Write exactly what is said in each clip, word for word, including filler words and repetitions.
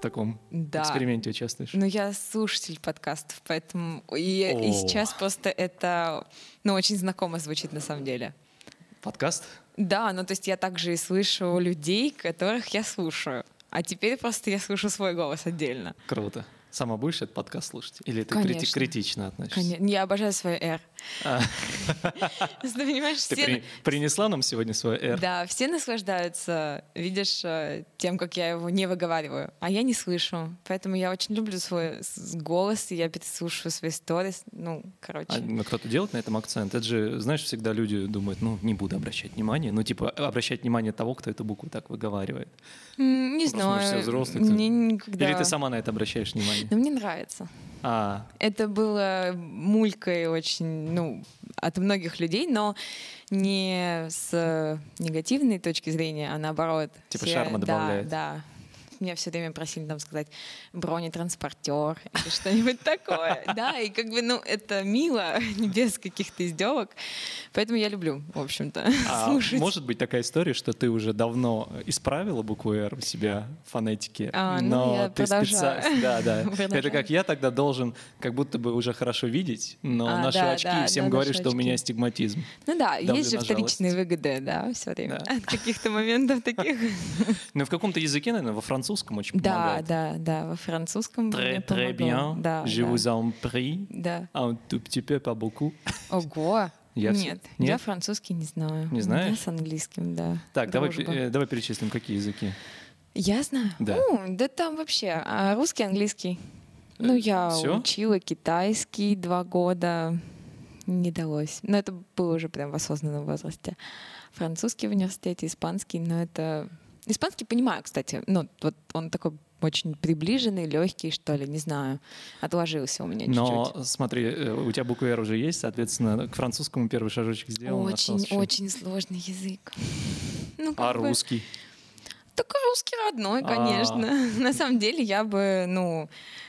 таком да. эксперименте участвуешь? Ну, я слушатель подкастов, поэтому... И, и сейчас просто это, ну, очень знакомо звучит на самом деле. Подкаст? Да, ну, то есть я также и слышу людей, которых я слушаю. А теперь просто я слышу свой голос отдельно. Круто. Сама будешь этот подкаст слушать? Или ты Конечно. крити- критично относишься? Конечно. Я обожаю свое «р». А. Ты понимаешь, Ты все... при- принесла нам сегодня свое «р»? Да, все наслаждаются, видишь, тем, как я его не выговариваю, а я не слышу. Поэтому я очень люблю свой голос, и я переслушиваю свои сторис. Ну, короче. А, ну, кто-то делает на этом акцент? Это же, знаешь, всегда люди думают, ну, не буду обращать внимание. Ну, типа, обращать внимание того, кто эту букву так выговаривает. М, Не Просто мы знаю. все взрослые. Мне никогда... Или ты сама на это обращаешь внимание? Но мне нравится. А, Это было мулькой очень, ну, от многих людей, но не с негативной точки зрения, а наоборот. Типа Все- шарма добавляет. Да, да. Меня все время просили там сказать бронетранспортер или что-нибудь такое. Да, и как бы, ну, это мило, без каких-то издевок. Поэтому я люблю, в общем-то, а слушать. может быть такая история, что ты уже давно исправила букву «Р» у себя в фонетике, А, ну, но я ты продолжаю. специально... Да, да. Продолжаю. Это как я тогда должен как будто бы уже хорошо видеть, но А, ношу да, очки да, и всем да, говорю, ношу что у меня очки. астигматизм. Ну да, Давлю есть же на вторичные жалость. выгоды, да, все время. Да. От каких-то моментов таких. Ну, в каком-то языке, наверное, во французском очень Да, помогает. да, да, во французском мне Très, très помогло. bien. Да, Je да. vous en prie. Да. Un tout petit peu, pas beaucoup. Ого! Я всё- Нет, Нет? я французский не знаю. Не У знаешь? меня с английским, да. Так, давай, дружба. э, давай перечислим, какие языки. Я знаю? Да. Ну, да там вообще а, русский, английский. Ну, я всё? учила китайский два года. Не далось. Но это было уже прям в осознанном возрасте. Французский в университете, испанский, но это... Испанский понимаю, кстати. Ну, вот он такой очень приближенный, легкий, что ли, не знаю. Отложился у меня Но чуть-чуть. смотри, э, у тебя буква «Р» уже есть, соответственно, к французскому первый шажочек сделан. Очень, осталось ещё. очень сложный язык. Ну, А как бы- русский? Так русский родной, А. конечно. На самом деле я бы, ну,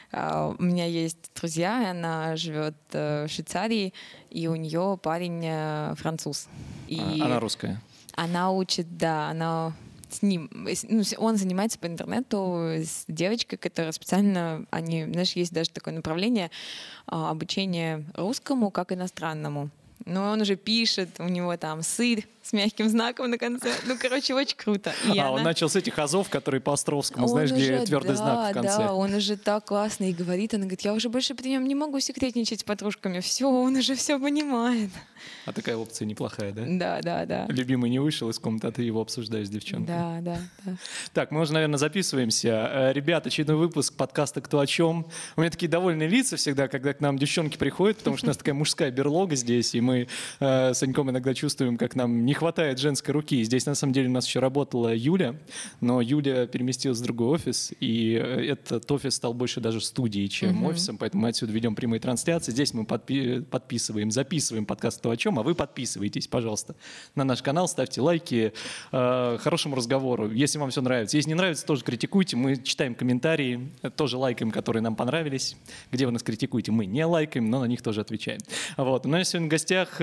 а, у меня есть друзья, и она живет э, в Швейцарии, и у нее парень э, француз. И А, Она русская. она учит, да, она с ним, с- ну, с- он занимается по интернету с девочкой, которая специально, они, знаешь, есть даже такое направление а, обучения русскому как иностранному. Но он уже пишет, у него там сыр с мягким знаком на конце. Ну, короче, очень круто. И а, он она- начал с этих азов, которые по Островскому, он знаешь, где уже, твердый да, знак в конце. Да, он уже так классно и говорит. Она говорит, я уже больше при нем не могу секретничать с подружками. Все, он уже все понимает. А такая опция неплохая, да? Да, да, да. Любимый не вышел из комнаты, а ты его обсуждаешь с девчонкой. Да, да, да. Так, мы уже, наверное, записываемся. Э, Ребят, очередной выпуск подкаста «Кто о чем?». У меня такие довольные лица всегда, когда к нам девчонки приходят, потому что у нас такая мужская берлога здесь, и мы э, с Саньком иногда чувствуем, как нам не хватает женской руки. Здесь, на самом деле, у нас еще работала Юля, но Юля переместилась в другой офис, и э, этот офис стал больше даже студией, чем офисом, поэтому мы отсюда ведем прямые трансляции. Здесь мы подпи- подписываем, записываем подкаст «Кто о чем?», а вы подписывайтесь, пожалуйста, на наш канал, ставьте лайки, э, хорошему разговору, если вам все нравится. Если не нравится, тоже критикуйте, мы читаем комментарии, тоже лайкаем, которые нам понравились. Где вы нас критикуете, мы не лайкаем, но на них тоже отвечаем. Вот. У нас сегодня в гостях,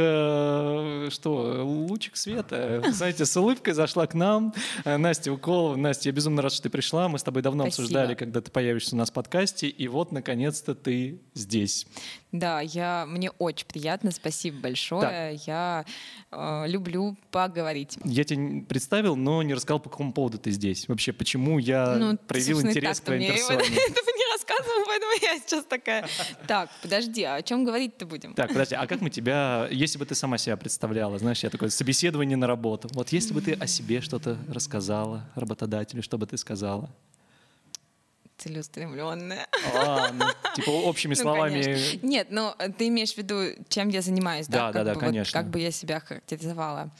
э, что, лучик света, знаете, с улыбкой зашла к нам Настя Уколова. Настя, я безумно рад, что ты пришла, мы с тобой давно Спасибо. обсуждали, когда ты появишься у нас в подкасте, и вот, наконец-то, ты здесь. Да, я, мне очень приятно, спасибо большое. Я э, люблю поговорить. Я тебя не представил, но не рассказал, по какому поводу ты здесь. Вообще, почему я Ну, ты, проявил собственно, и интерес к так-то твоим мне персоне. этого не рассказывал, поэтому я сейчас такая. Так, подожди, а о чем говорить-то будем? Так, подожди, а как мы тебя, если бы ты сама себя представляла, знаешь, я такое собеседование на работу, вот если бы ты о себе что-то рассказала работодателю, что бы ты сказала? Целеустремленная. А, ну, типа общими Ну, словами. конечно. Нет, ну ты имеешь в виду, чем я занимаюсь, да? Да, Как да, да, бы вот конечно. как бы я себя характеризовала.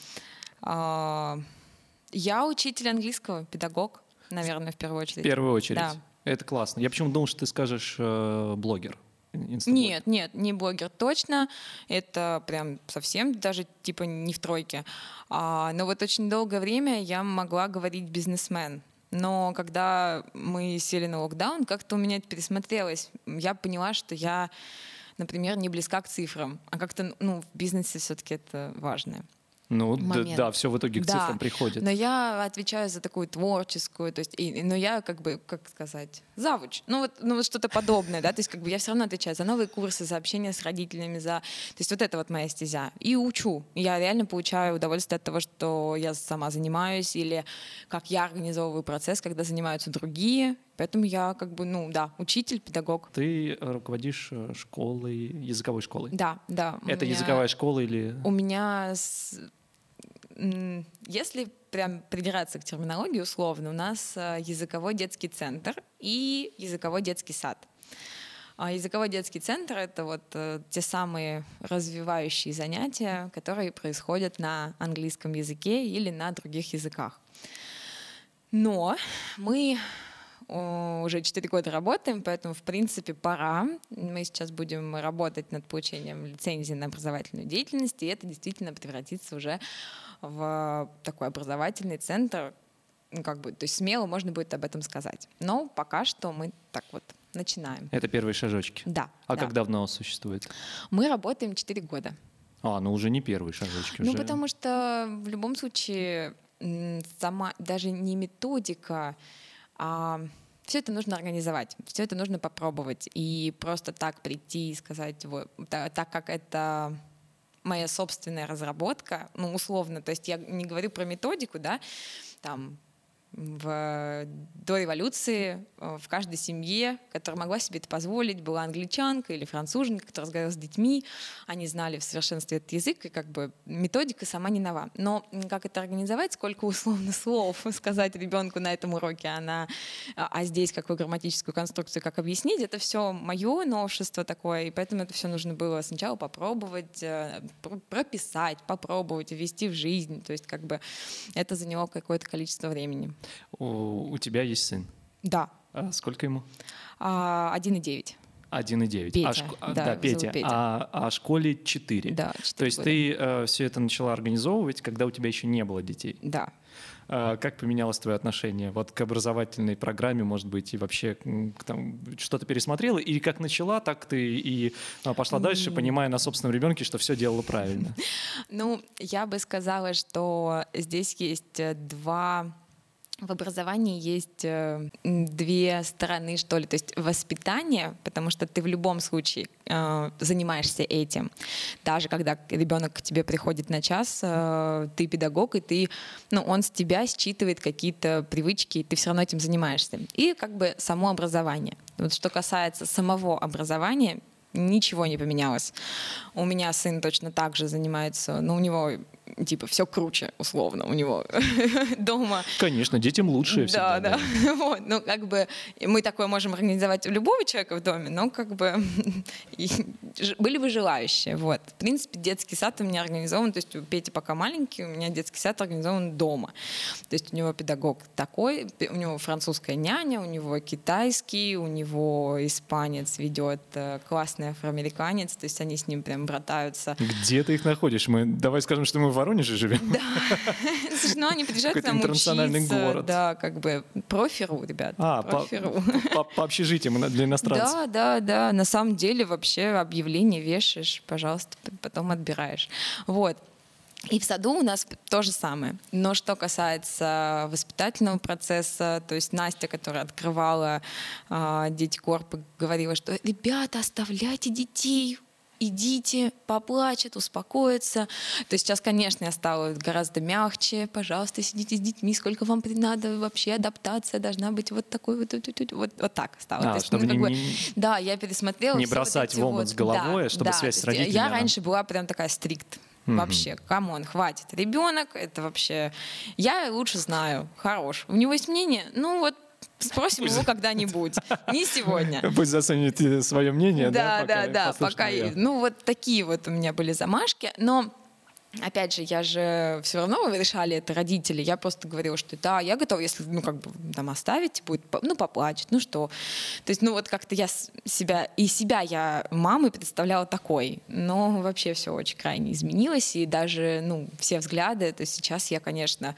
А, Я учитель английского, педагог, наверное, в первую В очередь. первую очередь. Да. Это классно. Я почему думал, что ты скажешь э, блогер. инстаблогер. Нет, нет, не блогер точно. Это прям совсем даже типа не в тройке. А, но вот очень долгое время я могла говорить бизнесмен. Но когда мы сели на локдаун, как-то у меня это пересмотрелось. Я поняла, что я, например, не близка к цифрам, а как-то ну, в бизнесе все-таки это важно. Ну да, момент. да, все в итоге к Да, цифрам приходит. но я отвечаю за такую творческую, то есть, и, но я как бы, как сказать, завуч, ну вот, ну вот что-то подобное, да, то есть как бы я все равно отвечаю за новые курсы, за общение с родителями, за, то есть вот это вот моя стезя. И учу. Я реально получаю удовольствие от того, что я сама занимаюсь, или как я организовываю процесс, когда занимаются другие. Поэтому я как бы, ну да, учитель, педагог. Ты руководишь э, школой, языковой школой? Да, да. Это меня, языковая школа или... У меня, с, если прям придираться к терминологии условно, у нас языковой детский центр и языковой детский сад. Языковой детский центр — это вот те самые развивающие занятия, которые происходят на английском языке или на других языках. Но мы уже четыре года работаем, поэтому, в принципе, пора. Мы сейчас будем работать над получением лицензии на образовательную деятельность, и это действительно превратится уже в такой образовательный центр. Ну, как бы, то есть смело можно будет об этом сказать. Но пока что мы так вот начинаем. Это первые шажочки? Да. А да. как давно существует? Мы работаем четыре года. А, ну уже не первые шажочки. Ну, уже... потому что в любом случае сама даже не методика, а все это нужно организовать, все это нужно попробовать. И просто так прийти и сказать, вот, так как это моя собственная разработка, ну, условно, то есть я не говорю про методику, да, там, в, до революции в каждой семье, которая могла себе это позволить, была англичанка или француженка, которая разговаривала с детьми, они знали в совершенстве этот язык, и как бы методика сама не нова. Но как это организовать, сколько условно слов сказать ребенку на этом уроке, она, а здесь какую грамматическую конструкцию, как объяснить, это все мое новшество такое, и поэтому это все нужно было сначала попробовать, прописать, попробовать, ввести в жизнь, то есть как бы это заняло какое-то количество времени. У, у тебя есть сын? Да. А сколько ему? один и девять. один и девять. Петя. А шко... Да, да, Петя. Петя. А, а школе четыре. Да, четыре То есть года. ты э, все это начала организовывать, когда у тебя еще не было детей? Да. А как поменялось твое отношение вот к образовательной программе, может быть, и вообще там, что-то пересмотрела? Или как начала, так ты и пошла дальше, понимая на собственном ребенке, что все делала правильно? Ну, я бы сказала, что здесь есть два... В образовании есть э, две стороны, что ли. То есть воспитание, потому что ты в любом случае э, занимаешься этим. Даже когда ребенок к тебе приходит на час, э, ты педагог, и ты, ну, он с тебя считывает какие-то привычки, и ты все равно этим занимаешься. И как бы само образование. Вот что касается самого образования, ничего не поменялось. У меня сын точно так же занимается, но у него типа все круче, условно, у него дома. Конечно, детям лучше всегда. Да, да. Вот, ну, как бы мы такое можем организовать у любого человека в доме, но как бы были бы желающие. Вот. В принципе, детский сад у меня организован, то есть у Пети пока маленький, у меня детский сад организован дома. То есть у него педагог такой, у него французская няня, у него китайский, у него испанец ведет, классный афроамериканец, то есть они с ним прям братаются. Где ты их находишь? Мы, давай скажем, что мы в Воронеже живем. Да. Слушай, ну они приезжают к нам интернациональный учиться. город. Да, как бы профиру, ребят. А, профиру. По, по, по общежитиям для иностранцев. Да, да, да. На самом деле вообще объявление вешаешь, пожалуйста, потом отбираешь. Вот. И в саду у нас то же самое. Но что касается воспитательного процесса, то есть Настя, которая открывала э, Детикорп, говорила, что ребята, оставляйте детей, идите, поплачет, успокоится. То есть сейчас, конечно, я стала гораздо мягче. Пожалуйста, сидите с детьми, сколько вам надо, вообще адаптация должна быть вот такой вот, вот, вот, вот так стала. А, То есть, чтобы ну, как не, бы, не, да, я пересмотрела. не все бросать вот в омут вот, с головой, да, чтобы да, связь с есть родителями. Я она... раньше была прям такая стрикт. Mm-hmm. Вообще, камон, хватит. Ребенок, это вообще... Я лучше знаю, хорош. У него есть мнение, ну вот спросим Пусть... его когда-нибудь, не сегодня. Пусть засунет свое мнение, да? Да, да, да, пока... Ну вот такие вот у меня были замашки, но... Опять же, я же все равно решали это родители. Я просто говорила, что да, я готова, если, ну, как бы там оставить, будет, ну, поплачет, ну что. То есть, ну, вот как-то я себя, и себя я мамой представляла такой. Но вообще все очень крайне изменилось, и даже, ну, все взгляды, то есть сейчас я, конечно...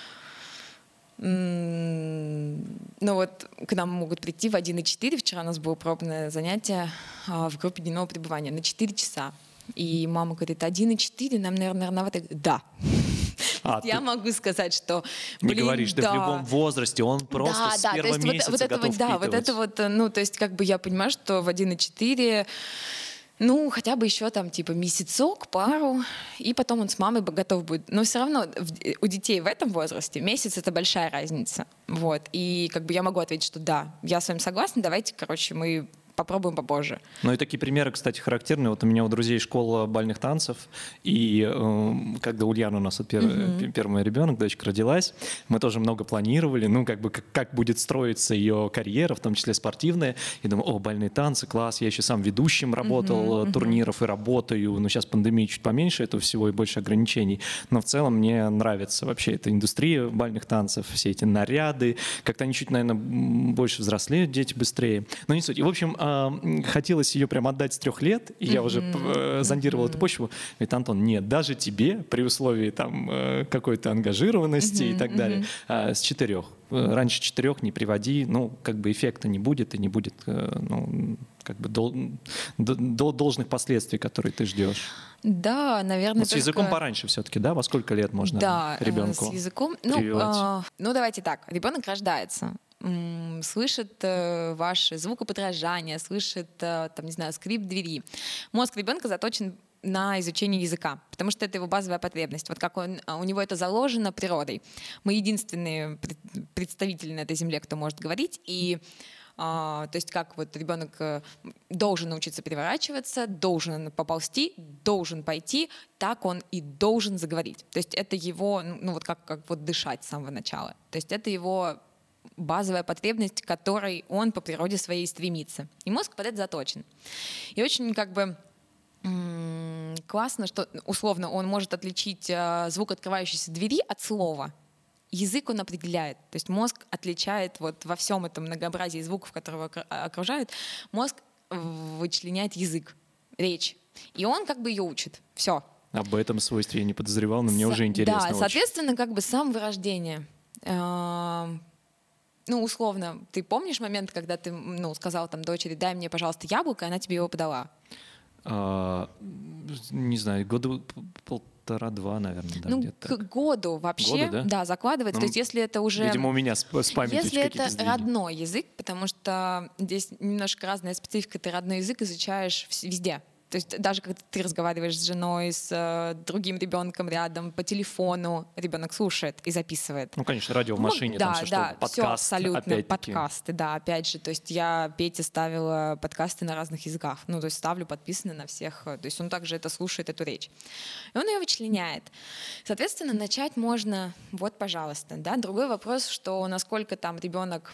Ну вот к нам могут прийти в один и четыре. Вчера у нас было пробное занятие в группе дневного пребывания на четыре часа. И мама говорит, один и четыре, нам, наверное, рановато. Да. А, я ты могу сказать, что, не блин, говоришь, да. да. в любом возрасте он просто да, с да, то первого есть месяца вот, вот это готов вот, да, вот это впитывать. вот, ну, то есть как бы я понимаю, что в один и четыре, ну, хотя бы еще там типа месяцок, пару, и потом он с мамой бы готов будет. Но все равно в- у детей в этом возрасте месяц — это большая разница. Вот. И как бы я могу ответить, что да, я с вами согласна, давайте, короче, мы попробуем попозже. Ну и такие примеры, кстати, характерные. Вот у меня у друзей школа бальных танцев, и э, когда Ульяна у нас вот пер, Мгм. первый мой ребенок, дочка родилась, мы тоже много планировали, ну как бы как, как будет строиться ее карьера, в том числе спортивная. И думаю, о, бальные танцы, класс. Я еще сам ведущим работал Мгм, э, турниров и работаю. Ну сейчас пандемия чуть поменьше этого всего и больше ограничений. Но в целом мне нравится вообще эта индустрия бальных танцев, все эти наряды. Как-то они чуть, наверное, м, больше взрослеют, дети быстрее. Но не суть. И, в общем, а, м, хотелось ее прям отдать с трех лет, и я уже э, зондировал эту почву. Говорит, Антон, нет, даже тебе, при условии там э, какой-то ангажированности и так далее, а, с четырех. Э, Раньше четырех не приводи, ну, как бы эффекта не будет, и не будет, э, ну, как бы дол- до- до- должных последствий, которые ты ждешь. Да, наверное, Ну, с языком только- пораньше все-таки, да? Во сколько лет можно Да, э, ребенку с языком. Ну, прививать? а, ну, давайте так. Ребенок рождается, м, слышит э, ваши звукоподражания, слышит, э, там, не знаю, скрип двери. Мозг ребенка заточен на изучение языка, потому что это его базовая потребность. Вот как он, а, у него это заложено природой. Мы единственные пред- представители на этой земле, кто может говорить, и а, то есть как вот ребенок э, должен научиться переворачиваться, должен поползти, должен пойти, так он и должен заговорить. То есть это его, ну ну, вот как, как вот дышать с самого начала. То есть это его базовая потребность, к которой он по природе своей стремится. И мозг под это заточен. И очень как бы м, классно, что условно он может отличить э, звук открывающейся двери от слова. Язык он определяет. То есть мозг отличает вот во всем этом многообразии звуков, которые его окр- окружают, мозг вычленяет язык, речь. И он как бы ее учит. Все. Об этом свойстве я не подозревал, но мне уже интересно Да, очень. соответственно, как бы с самого рождения. э, Ну, условно, ты помнишь момент, когда ты, ну, сказал там дочери, дай мне, пожалуйста, яблоко, и она тебе его подала? А, не знаю, года п- полтора-два, наверное, да, ну, где-то к так. году вообще, Году, да? закладывается. Ну, То есть если это уже... Видимо, у меня с, с памятью Если какие-то это сдвиги. родной язык, потому что здесь немножко разная специфика, ты родной язык изучаешь вс- везде. То есть даже когда ты разговариваешь с женой, с э, другим ребенком рядом, по телефону, ребенок слушает и записывает. Ну, конечно, радио в Ну, машине, да, там все, да, что, подкаст, все абсолютно, опять-таки. подкасты, да, опять же, то есть я Пете ставила подкасты на разных языках, ну, то есть ставлю подписаны на всех, э, то есть он также это слушает, эту речь. И он ее вычленяет. Соответственно, начать можно, вот, пожалуйста, да. Другой вопрос, что насколько там ребенок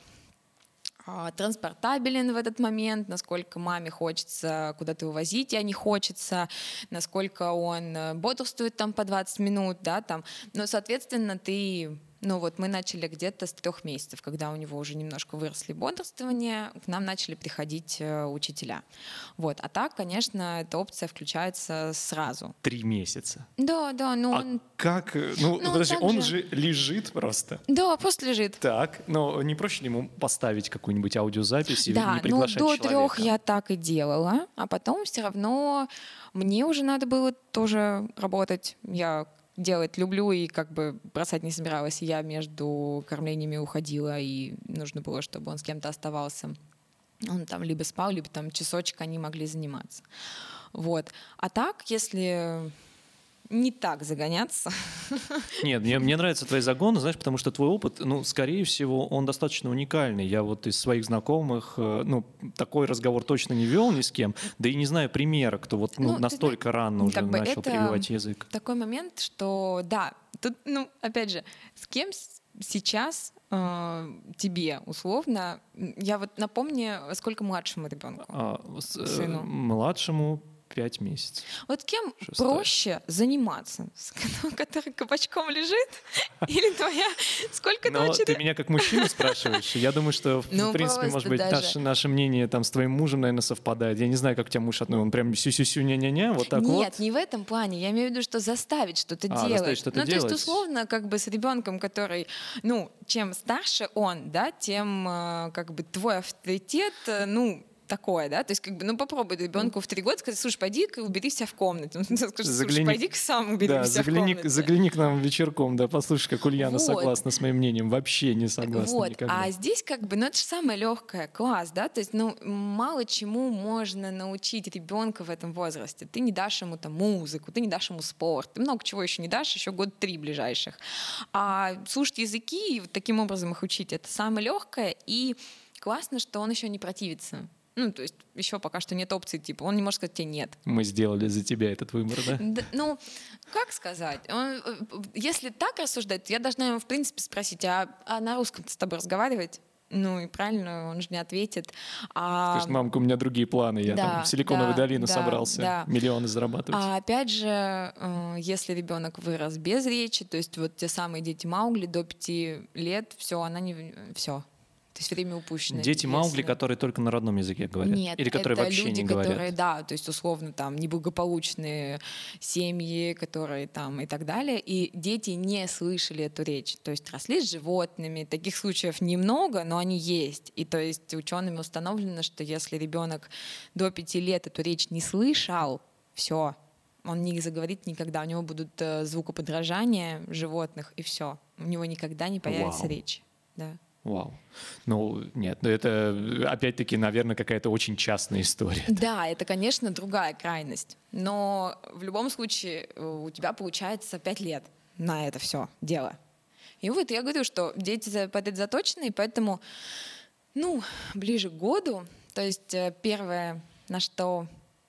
а, транспортабелен в этот момент, насколько маме хочется куда-то увозить, а не хочется, насколько он э, бодрствует там по двадцать минут, да, там. Но, соответственно, ты, ну вот мы начали где-то с трех месяцев, когда у него уже немножко выросли бодрствования, к нам начали приходить э, учителя. Вот. А так, конечно, эта опция включается сразу. Три месяца. Да, да, но А он... как? э, Ну, Ну, подожди, так он же. же лежит просто. Да, просто лежит. Так, но не проще ли ему поставить какую-нибудь аудиозапись и не Да, ну приглашать до человека? трех я так и делала, а потом все равно мне уже надо было тоже работать. Я делать люблю и как бы бросать не собиралась. Я между кормлениями уходила, и нужно было, чтобы он с кем-то оставался. Он там либо спал, либо там часочек они могли заниматься. Вот. А так, если не так загоняться. Нет, мне, мне нравятся твои загоны, знаешь, потому что твой опыт, ну, скорее всего, он достаточно уникальный. Я вот из своих знакомых, э, ну, такой разговор точно не вел ни с кем, да и не знаю примера, кто вот ну, Ну, ты настолько знаешь, рано уже как бы начал это прививать язык. такой момент, что да, тут, ну, опять же, с кем с- сейчас э, тебе условно, м, я вот напомню, сколько младшему ребенку. А, с- э, сыну. младшему пять месяцев. Вот кем Шестая. проще заниматься? С котом, который кабачком лежит? Или твоя? Сколько Но дочери? ты меня как мужчину спрашиваешь. Я думаю, что, в Ну, принципе, просто может быть, даже. наше, наше мнение там с твоим мужем, наверное, совпадает. Я не знаю, как у тебя муж относится. Он прям сю-сю-сю, ня-ня-ня, вот так Нет, вот. не в этом плане. Я имею в виду, что заставить что-то А, делать. заставить что-то ну, то делать. есть, условно, как бы с ребенком, который, ну, чем старше он, да, тем э, как бы твой авторитет, э, ну, такое, да, то есть как бы, ну попробуй ребенку в три года сказать, слушай, пойди-ка убери себя в комнате. Он скажет, слушай, Загляни- пойди-ка сам убери Да, себя загляни, в комнате. загляни к нам вечерком, да, послушай, как Ульяна Вот. согласна с моим мнением. Вообще не согласна Вот, никогда. а здесь как бы, ну это же самое легкое, класс, да, то есть, ну мало чему можно научить ребенка в этом возрасте. Ты не дашь ему там музыку, ты не дашь ему спорт, ты много чего еще не дашь, еще год три ближайших. А слушать языки и вот таким образом их учить, это самое легкое, и классно, что он еще не противится. Ну, то есть еще пока что нет опции, типа, он не может сказать тебе нет. Мы сделали за тебя этот выбор, да? Да, ну, как сказать? Он, если так рассуждать, то я должна ему, в принципе, спросить, а, а на русском с тобой разговаривать? Ну, и правильно, он же не ответит. А... Скажет, мамка, у меня другие планы, я да, там в Силиконовую да, долину да, собрался да. миллионы зарабатывать. А опять же, если ребенок вырос без речи, то есть вот те самые дети Маугли до пяти лет, все, она не... все. То есть время упущено. Дети если... Маугли, которые только на родном языке говорят? Нет, или которые это вообще люди, не говорят? которые, да, то есть условно там неблагополучные семьи, которые там и так далее, и дети не слышали эту речь, то есть росли с животными, таких случаев немного, но они есть, и то есть учеными установлено, что если ребенок до пяти лет эту речь не слышал, все, он не заговорит никогда, у него будут э, звукоподражания животных, и все, у него никогда не появится Вау. речь, да. Вау. Ну, нет, ну это, опять-таки, наверное, какая-то очень частная история. Да, это, конечно, другая крайность. Но в любом случае у тебя получается пять лет на это все дело. И вот я говорю, что дети под это заточены, и поэтому, ну, ближе к году, то есть первое, на что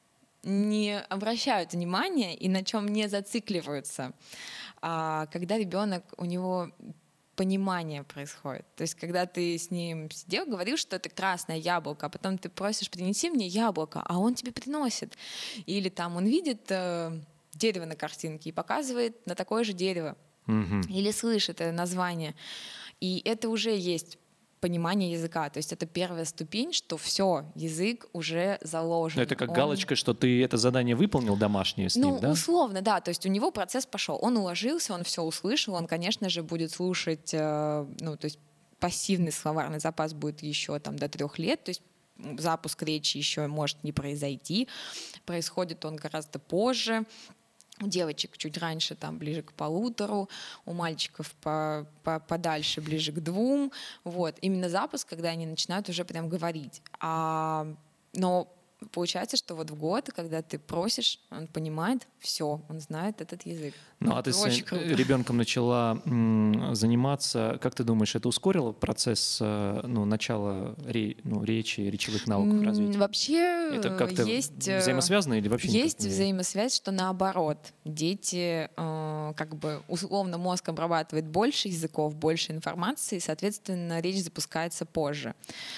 не обращают внимания и на чем не зацикливаются, когда ребенок, у него понимание происходит. То есть, когда ты с ним сидел, говорил, что это красное яблоко, а потом ты просишь, принеси мне яблоко, а он тебе приносит. Или там он видит э, дерево на картинке и показывает на такое же дерево. Угу. Или слышит это название. И это уже есть понимание языка. То есть это первая ступень, что все, язык уже заложен. Это как Он... галочка, что ты это задание выполнил домашнее с ну, ним, да? Ну, условно, да. То есть у него процесс пошел. Он уложился, он все услышал, он, конечно же, будет слушать, э, ну, то есть пассивный словарный запас будет еще там до трех лет, то есть запуск речи еще может не произойти. Происходит он гораздо позже. У девочек чуть раньше, там, ближе к полутору, у мальчиков по, по, подальше, ближе к двум. Вот. Именно запуск, когда они начинают уже прям говорить. А, но получается, что вот в год, когда ты просишь, он понимает все, он знает этот язык. Ну, а ты с ребенком начала м, заниматься, как ты думаешь, это ускорило процесс ну, начала ре, ну, речи, речевых навыков развития? Вообще это как-то есть взаимосвязано или вообще есть никак не? взаимосвязь, что наоборот, дети э, как бы условно мозг обрабатывает больше языков, больше информации, соответственно, речь запускается позже.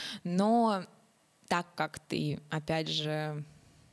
Но так как ты, опять же,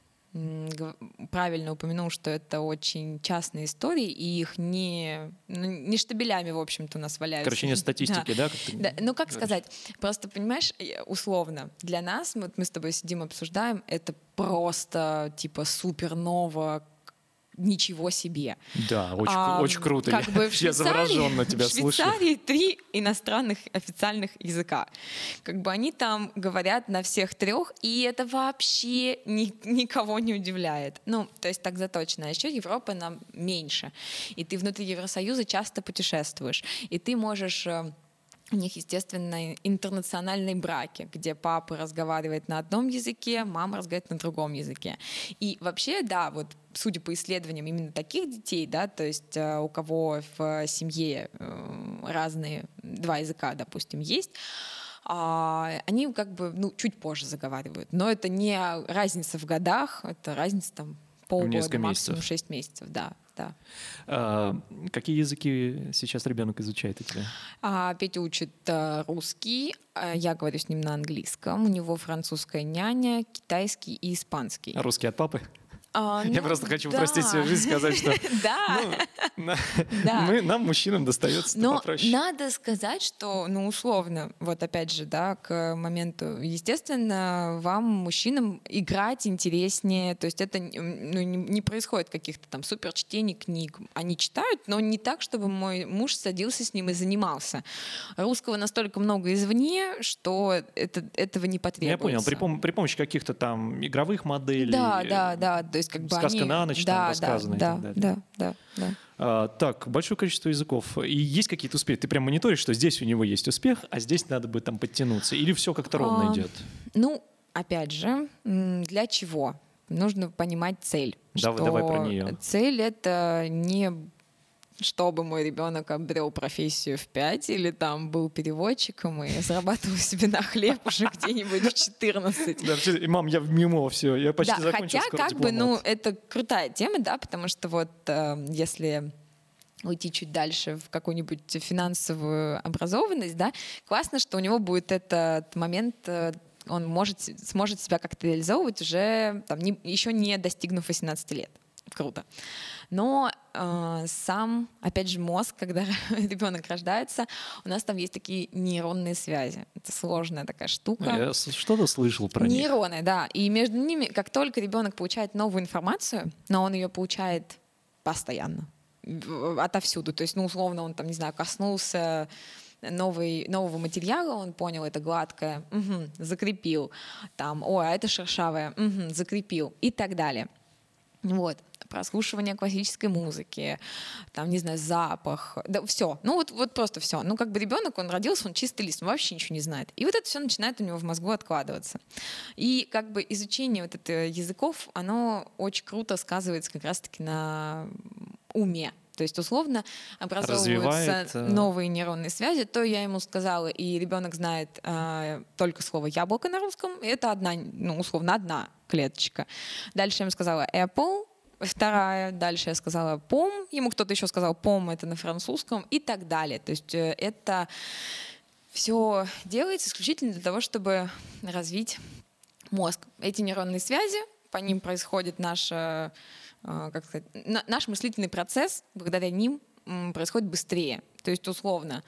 правильно упомянул, что это очень частные истории, и их не, ну, не штабелями, в общем-то, у нас валяются. Короче, нет статистики, да? да? Как да. Ну, как сказать, просто, понимаешь, условно, для нас, вот мы с тобой сидим, обсуждаем, это просто, типа, супер ново, ничего себе. Да, очень, а, очень круто. Как я, бы в я заворожен на тебя в слышу. В Швейцарии три иностранных официальных языка. Как бы они там говорят на всех трех, и это вообще ни, никого не удивляет. Ну, то есть так заточено. А еще Европа нам меньше. И ты внутри Евросоюза часто путешествуешь. И ты можешь... У них, естественно, интернациональные браки, где папа разговаривает на одном языке, мама разговаривает на другом языке. И вообще, да, вот судя по исследованиям именно таких детей, да, то есть э, у кого в семье э, разные два языка, допустим, есть, э, они как бы, ну, чуть позже заговаривают. Но это не разница в годах, это разница там полгода, максимум шесть месяцев, да. Да. А, какие языки сейчас ребенок изучает у тебя? А, Петя учит а, русский, а, я говорю с ним на английском, у него французская няня, китайский и испанский. А русский от папы? А, Я ну, просто хочу да. упростить свою жизнь, сказать, что Да. ну, на- Да. мы, нам, мужчинам, достается Но попроще. надо сказать, что, ну, условно, вот опять же, да, к моменту, естественно, вам, мужчинам, играть интереснее, то есть это ну, не, не происходит каких-то там супер чтений книг. Они читают, но не так, чтобы мой муж садился с ним и занимался. Русского настолько много извне, что это, этого не потребуется. Я понял, при, пом- при помощи каких-то там игровых моделей, Да, да, да, то есть как бы сказка они... на ночь да, там да, рассказана и да, так далее. да, да, да. А, так, большое количество языков. И есть какие-то успехи? Ты прям мониторишь, что здесь у него есть успех, а здесь надо бы там подтянуться? Или все как-то ровно А, идет? Ну, опять же, м, для чего? Нужно понимать цель. Давай- что давай про неё. Цель — это не чтобы мой ребенок обрел профессию в пять или там был переводчиком и зарабатывал себе на хлеб уже где-нибудь в четырнадцать. Да, вообще, мам, я в МИМО, все, я почти Да, закончил, хотя скоро как бы, ну, дипломат. это крутая тема, да, потому что вот э, если уйти чуть дальше в какую-нибудь финансовую образованность, да, классно, что у него будет этот момент, э, он может, сможет себя как-то реализовывать уже там, не, еще не достигнув восемнадцати лет. Круто. Но э, сам, опять же, мозг, когда ребенок рождается, у нас там есть такие нейронные связи. Это сложная такая штука. Я с- что-то слышал про них. Нейроны, да. И между ними, как только ребенок получает новую информацию, но он ее получает постоянно, в- отовсюду. То есть, ну, условно, он там, не знаю, коснулся новый, нового материала, он понял, это гладкое, угу, закрепил. Там, ой, а это шершавое, угу, закрепил и так далее. Вот. Прослушивание классической музыки, там, не знаю, запах, да, все. Ну, вот, вот просто все. Ну, как бы ребенок, он родился, он чистый лист, он вообще ничего не знает. И вот это все начинает у него в мозгу откладываться. И как бы изучение вот этого языков, оно очень круто сказывается как раз-таки на уме. То есть, условно, образовываются Развивает, э, новые нейронные связи. То я ему сказала, и ребенок знает э, только слово «яблоко» на русском. И это одна, ну, условно, одна клеточка. Дальше я ему сказала «apple», вторая. Дальше я сказала «пом». Ему кто-то еще сказал «пом» — это на французском и так далее. То есть э, это все делается исключительно для того, чтобы развить мозг. Эти нейронные связи, по ним происходит наша как сказать, наш мыслительный процесс, благодаря ним происходит быстрее. То есть, условно,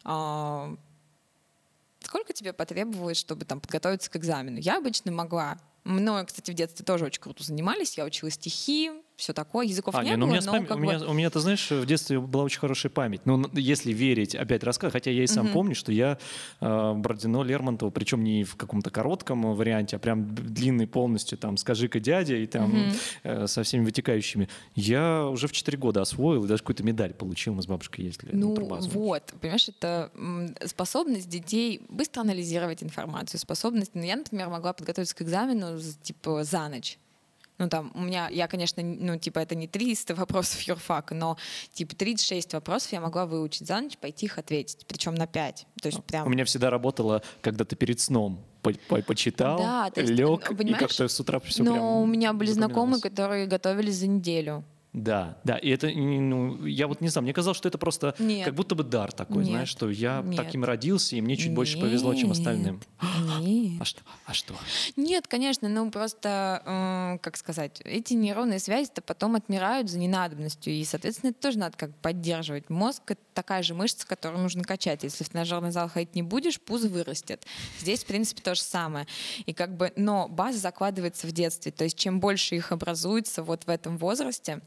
сколько тебе потребовалось, чтобы там подготовиться к экзамену? Я обычно могла. Мною, кстати, в детстве тоже очень круто занимались. Я учила стихи, все такое. Языков А, не не, ну, было, у меня, с но пам- как у, меня, бы... у меня, ты знаешь, в детстве была очень хорошая память. Ну, н- если верить, опять рассказ, хотя я и сам Мгм. помню, что я э, Бородино, Лермонтова, причем не в каком-то коротком варианте, а прям д- длинный полностью, там, «Скажи-ка, дядя», и там Мгм. э, со всеми вытекающими. Я уже в четыре года освоил, и даже какую-то медаль получил, мы с бабушкой ездили. Ну про базу. вот, понимаешь, это м, способность детей быстро анализировать информацию, способность... Ну, я, например, могла подготовиться к экзамену з- типа за ночь. Ну, там, у меня, я, конечно, н- ну, типа, это не триста вопросов юрфака, но, типа, тридцать шесть вопросов я могла выучить за ночь, пойти их ответить, причем на пять. То есть прям... У меня всегда работало, когда ты перед сном по- по- почитал, Да, то есть, лег, ну, и понимаешь, как-то с утра все но прям у меня были знакомые, запоминалось. которые готовились за неделю. Да, да, и это, ну, я вот не знаю, мне казалось, что это просто Нет. как будто бы дар такой, Нет. знаешь, что я Нет. таким родился, и мне чуть больше повезло, чем остальным. Нет. А что? А что? Нет, конечно, ну просто, э, как сказать, эти нейронные связи-то потом отмирают за ненадобностью, и, соответственно, это тоже надо как бы поддерживать. Мозг — это такая же мышца, которую нужно качать. Если в тренажерный зал ходить не будешь, пузо вырастет. Здесь, в принципе, то же самое. И как бы, но база закладывается в детстве, то есть чем больше их образуется вот в этом возрасте,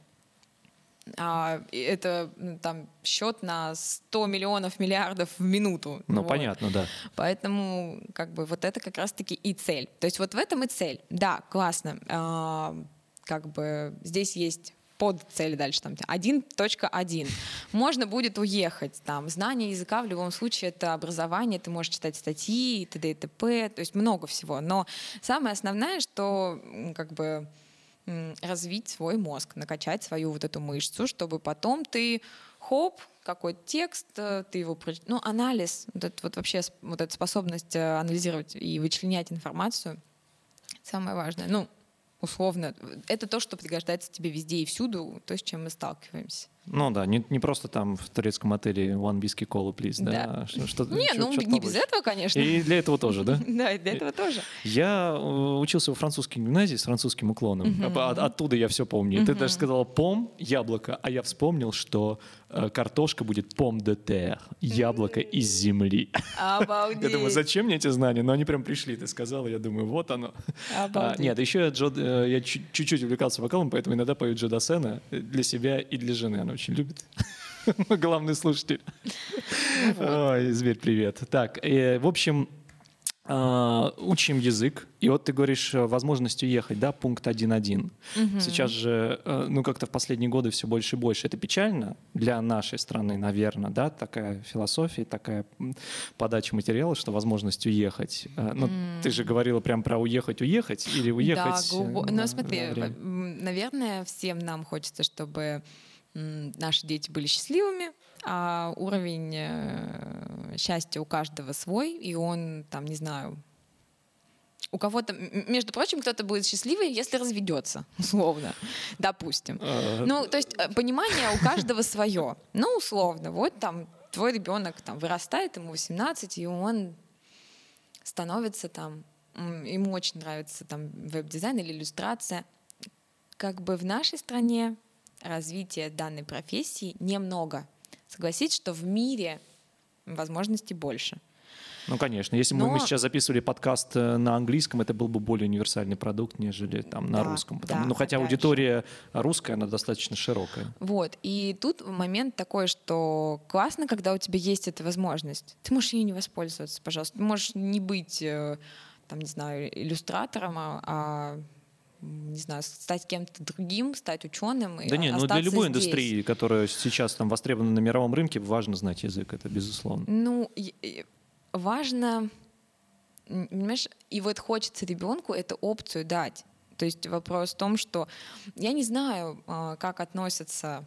а, и это ну, там счет на сто миллионов миллиардов в минуту. Ну, Вот. понятно, да. Поэтому как бы вот это как раз-таки и цель. То есть вот в этом и цель. Да, классно. А, как бы здесь есть подцель дальше, там один точка один. Можно будет уехать. Там, знание языка в любом случае — это образование, ты можешь читать статьи и т.д. и т.п. То есть много всего. Но самое основное, что м, как бы м, развить свой мозг, накачать свою вот эту мышцу, чтобы потом ты хоп, какой-то текст, э, ты его проч- ну, анализ, вот, это, вот вообще с- вот эта способность э, анализировать и вычленять информацию, самое важное. Ну, условно, это то, что пригождается тебе везде и всюду, то, с чем мы сталкиваемся. Ну да, не, не просто там в турецком отеле one whisky cola, please, да? Да. Что, что, Не, что, ну что-то не побольше. без этого, конечно. И для этого тоже, да? Да, и для этого тоже. Я э, учился во французской гимназии с французским уклоном. Мгм. От- Оттуда я все помню. И Ты Мгм. даже сказала пом, яблоко, а я вспомнил, что э, картошка будет пом де терre, яблоко из земли. Обалдеть. Я думаю, зачем мне эти знания? Но они прям пришли, ты сказала, я думаю, вот оно. А, Обалдеть. нет, еще я, Джо, э, я чуть- чуть-чуть увлекался вокалом, поэтому иногда пою Джо Дассена для себя и для жены. Она очень любит. Главный слушатель. Ой, зверь, привет. Так, э, в общем, э, учим язык. И вот ты говоришь, э, возможность уехать, да, пункт один точка один. Сейчас же, э, ну, как-то в последние годы все больше и больше. Это печально для нашей страны, наверное, да, такая философия, такая м, подача материала, что возможность уехать. Э, Ну, ты же говорила прям про уехать-уехать или уехать. Да, глубо- э, ну на- смотри, на время. в- м, наверное, всем нам хочется, чтобы м, наши дети были счастливыми, а уровень э, счастья у каждого свой, и он, там, не знаю, у кого-то, м, между прочим, кто-то будет счастливый, если разведется, условно, допустим. Э, Ну, то есть э, понимание у каждого свое. Ну, условно, вот там твой ребенок там вырастает, ему восемнадцать, и он становится там, м, ему очень нравится там веб-дизайн или иллюстрация. Как бы в нашей стране развития данной профессии немного. Согласитесь, что в мире возможностей больше. Ну, конечно. Если бы Но- мы сейчас записывали подкаст э, на английском, это был бы более универсальный продукт, нежели там на Да, русском. Потому- да, ну, хотя опять аудитория русская, она достаточно широкая. Вот. И тут момент такой, что классно, когда у тебя есть эта возможность. Ты можешь ей не воспользоваться, пожалуйста. Ты можешь не быть, э, там, не знаю, иллюстратором, а, а, м, не знаю, стать кем-то другим, стать ученым. И Да не, ну для остаться любой здесь. индустрии, которая сейчас там востребована на мировом рынке, важно знать язык, это безусловно. Ну, и- и важно, м, понимаешь, и вот хочется ребенку эту опцию дать. То есть вопрос в том, что я не знаю, а, как относятся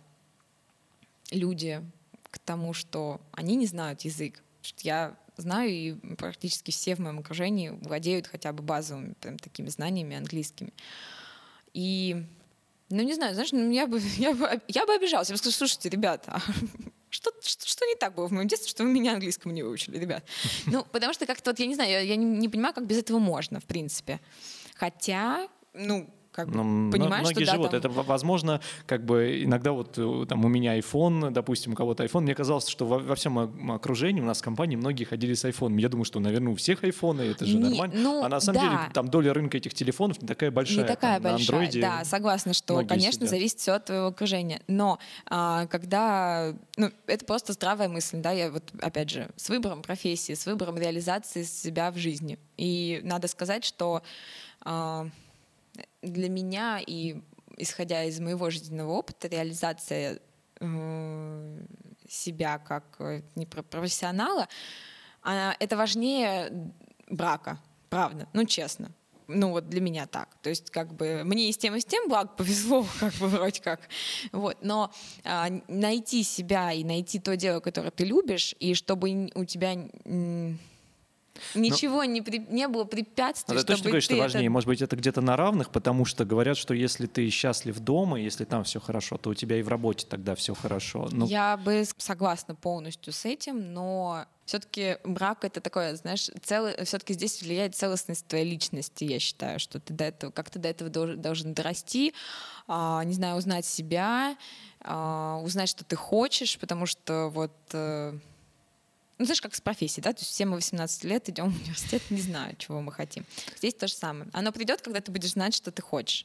люди к тому, что они не знают язык. Потому что я знаю, и практически все в моем окружении владеют хотя бы базовыми прям такими знаниями английскими. И, ну, не знаю, знаешь, ну, я бы, я бы, я бы обижалась. Я бы сказала, слушайте, ребята, а что, что, что не так было в моем детстве, что вы меня английскому не выучили, ребят? Ну, потому что как-то вот, я не знаю, я, я не, не понимаю, как без этого можно, в принципе. Хотя, ну, как бы, Ну, понимаешь, многие что да, живут. там- Это, в- возможно, как бы иногда вот э, там у меня iPhone, допустим, у кого-то iPhone. Мне казалось, что во, во всем о- окружении у нас в компании многие ходили с iPhone. Я думаю, что, наверное, у всех iPhone, и это же Не, нормально. ну, а на самом да. деле там доля рынка этих телефонов не такая большая. Не такая Там на большая, андроиде да, согласна, что, многие конечно, сидят. зависит все от твоего окружения. Но а, когда, ну, это просто здравая мысль, да, я вот, опять же, с выбором профессии, с выбором реализации себя в жизни. И надо сказать, что а, для меня и исходя из моего жизненного опыта, реализация э, себя как э, не про- профессионала, она- это важнее брака, правда, ну честно. Ну вот для меня так. То есть как бы мне и с тем, и с тем, благо повезло, как бы вроде как. Вот. Но а, найти себя и найти то дело, которое ты любишь, и чтобы н- у тебя м, ничего не, при- не было препятствий, А ты точно чтобы говоришь, что ты важнее? это- Может быть, это где-то на равных, потому что говорят, что если ты счастлив дома, если там все хорошо, то у тебя и в работе тогда все хорошо. Ну, Я бы с- согласна полностью с этим, но все-таки брак это такое, знаешь, все-таки здесь влияет целостность твоей личности, я считаю, что ты до этого, как ты до этого дож- должен дорасти, а, не знаю, узнать себя, а, узнать, что ты хочешь, потому что вот... э, Ну, знаешь, как с профессией, да? То есть все мы восемнадцать лет идем в университет, не знаю, чего мы хотим. Здесь то же самое. Оно придет, когда ты будешь знать, что ты хочешь.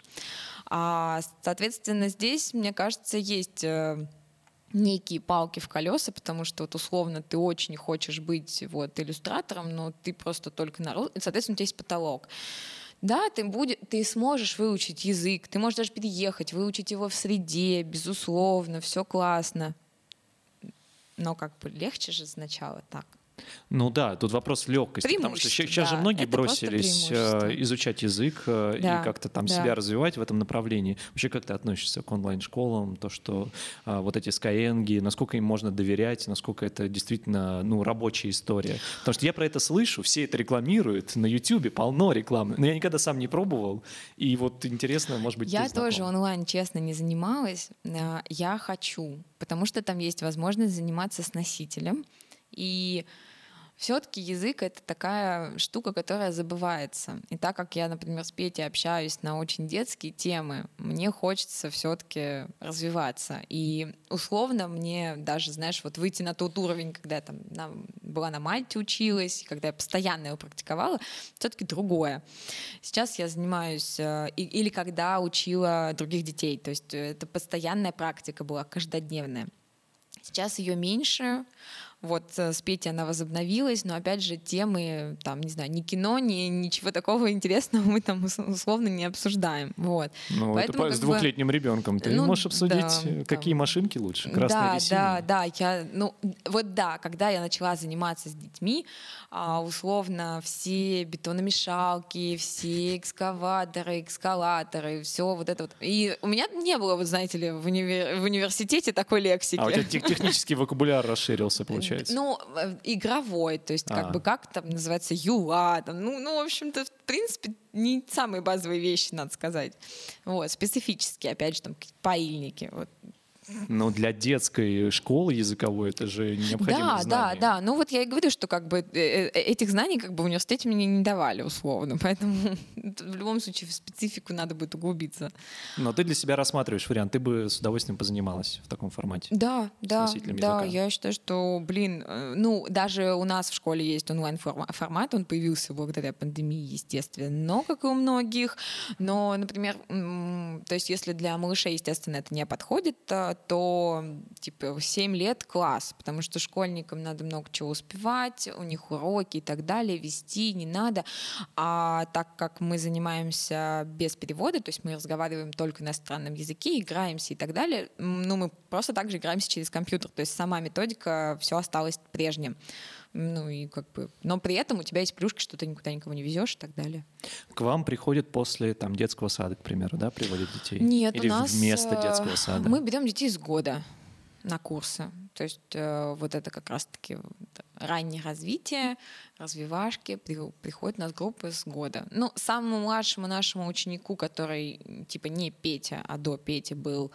А, соответственно, здесь, мне кажется, есть э, некие палки в колеса, потому что вот условно ты очень хочешь быть вот иллюстратором, но ты просто только на русском, и, соответственно, у тебя есть потолок. Да, ты, будет, ты сможешь выучить язык, ты можешь даже переехать, выучить его в среде, безусловно, все классно. Но как бы легче же сначала так. Ну да, тут вопрос легкости, потому что щ- сейчас да, же многие это просто бросились преимущество. э, изучать язык э, Да, и как-то там да. себя развивать в этом направлении. Вообще, как ты относишься к онлайн-школам, то, что э, вот эти Skyeng, насколько им можно доверять, насколько это действительно ну, рабочая история? Потому что я про это слышу, все это рекламируют, на YouTube полно рекламы, но я никогда сам не пробовал, и вот интересно, может быть, Я ты знакома. тоже онлайн, честно, не занималась. А, Я хочу, потому что там есть возможность заниматься с носителем. И все-таки язык — это такая штука, которая забывается. И так как я, например, с Петей общаюсь на очень детские темы, мне хочется все-таки развиваться. И условно мне даже, знаешь, вот выйти на тот уровень, когда я там на, была на Мальте, училась, когда я постоянно его практиковала, все-таки другое. Сейчас я занимаюсь, э, и- или когда учила других детей, то есть это постоянная практика была, каждодневная. Сейчас ее меньше. Вот э, с Петей она возобновилась, но опять же темы, там, не знаю, ни кино, ни ничего такого интересного мы там ус- условно не обсуждаем. Вот. Ну, Поэтому это по- с как бы- двухлетним ребенком. Ты Ну, можешь обсудить, да, э, какие там. машинки лучше, красные Да, или синие. да, да, я, ну, вот да, когда я начала заниматься с детьми, а, условно все бетономешалки, все экскаваторы, эскалаторы, все вот это вот. И у меня не было, вот знаете ли, в, универ- в университете такой лексики. А у тебя тех- технический вокабуляр расширился, получается? Ну, э, игровой, то есть как А. бы как там называется юла, там, ну, ну, в общем-то, в принципе, не самые базовые вещи, надо сказать. Вот, специфические, опять же, там, какие-то поильники, вот. Но для детской школы языковой это же необходимое Да, знание. да, да. Ну вот я и говорю, что как бы э, э, этих знаний как бы в университете мне не давали условно, поэтому в любом случае в специфику надо будет углубиться. Но ты для себя рассматриваешь вариант, ты бы с удовольствием позанималась в таком формате. Да, да, носителем да. языка. Я считаю, что, блин, э, ну даже у нас в школе есть онлайн-формат, он появился благодаря пандемии, естественно, но как и у многих. Но, например, м, то есть если для малышей, естественно, это не подходит, а, то типа в семь лет класс, потому что школьникам надо много чего успевать, у них уроки и так далее, вести не надо. А так как мы занимаемся без перевода, то есть мы разговариваем только на иностранном языке, играемся и так далее, м, ну мы просто также играемся через компьютер, то есть сама методика, все осталось прежним. Ну и как бы, но при этом у тебя есть плюшки, что ты никуда никого не везешь и так далее. К вам приходят после там, детского сада, к примеру, да, приводят детей? Нет, Или у нас вместо э, детского сада? мы берем детей с года на курсы. То есть э, вот это как раз-таки вот раннее развитие, развивашки, при- приходят у нас группы с года. Ну, самому младшему нашему ученику, который типа не Петя, а до Пети был,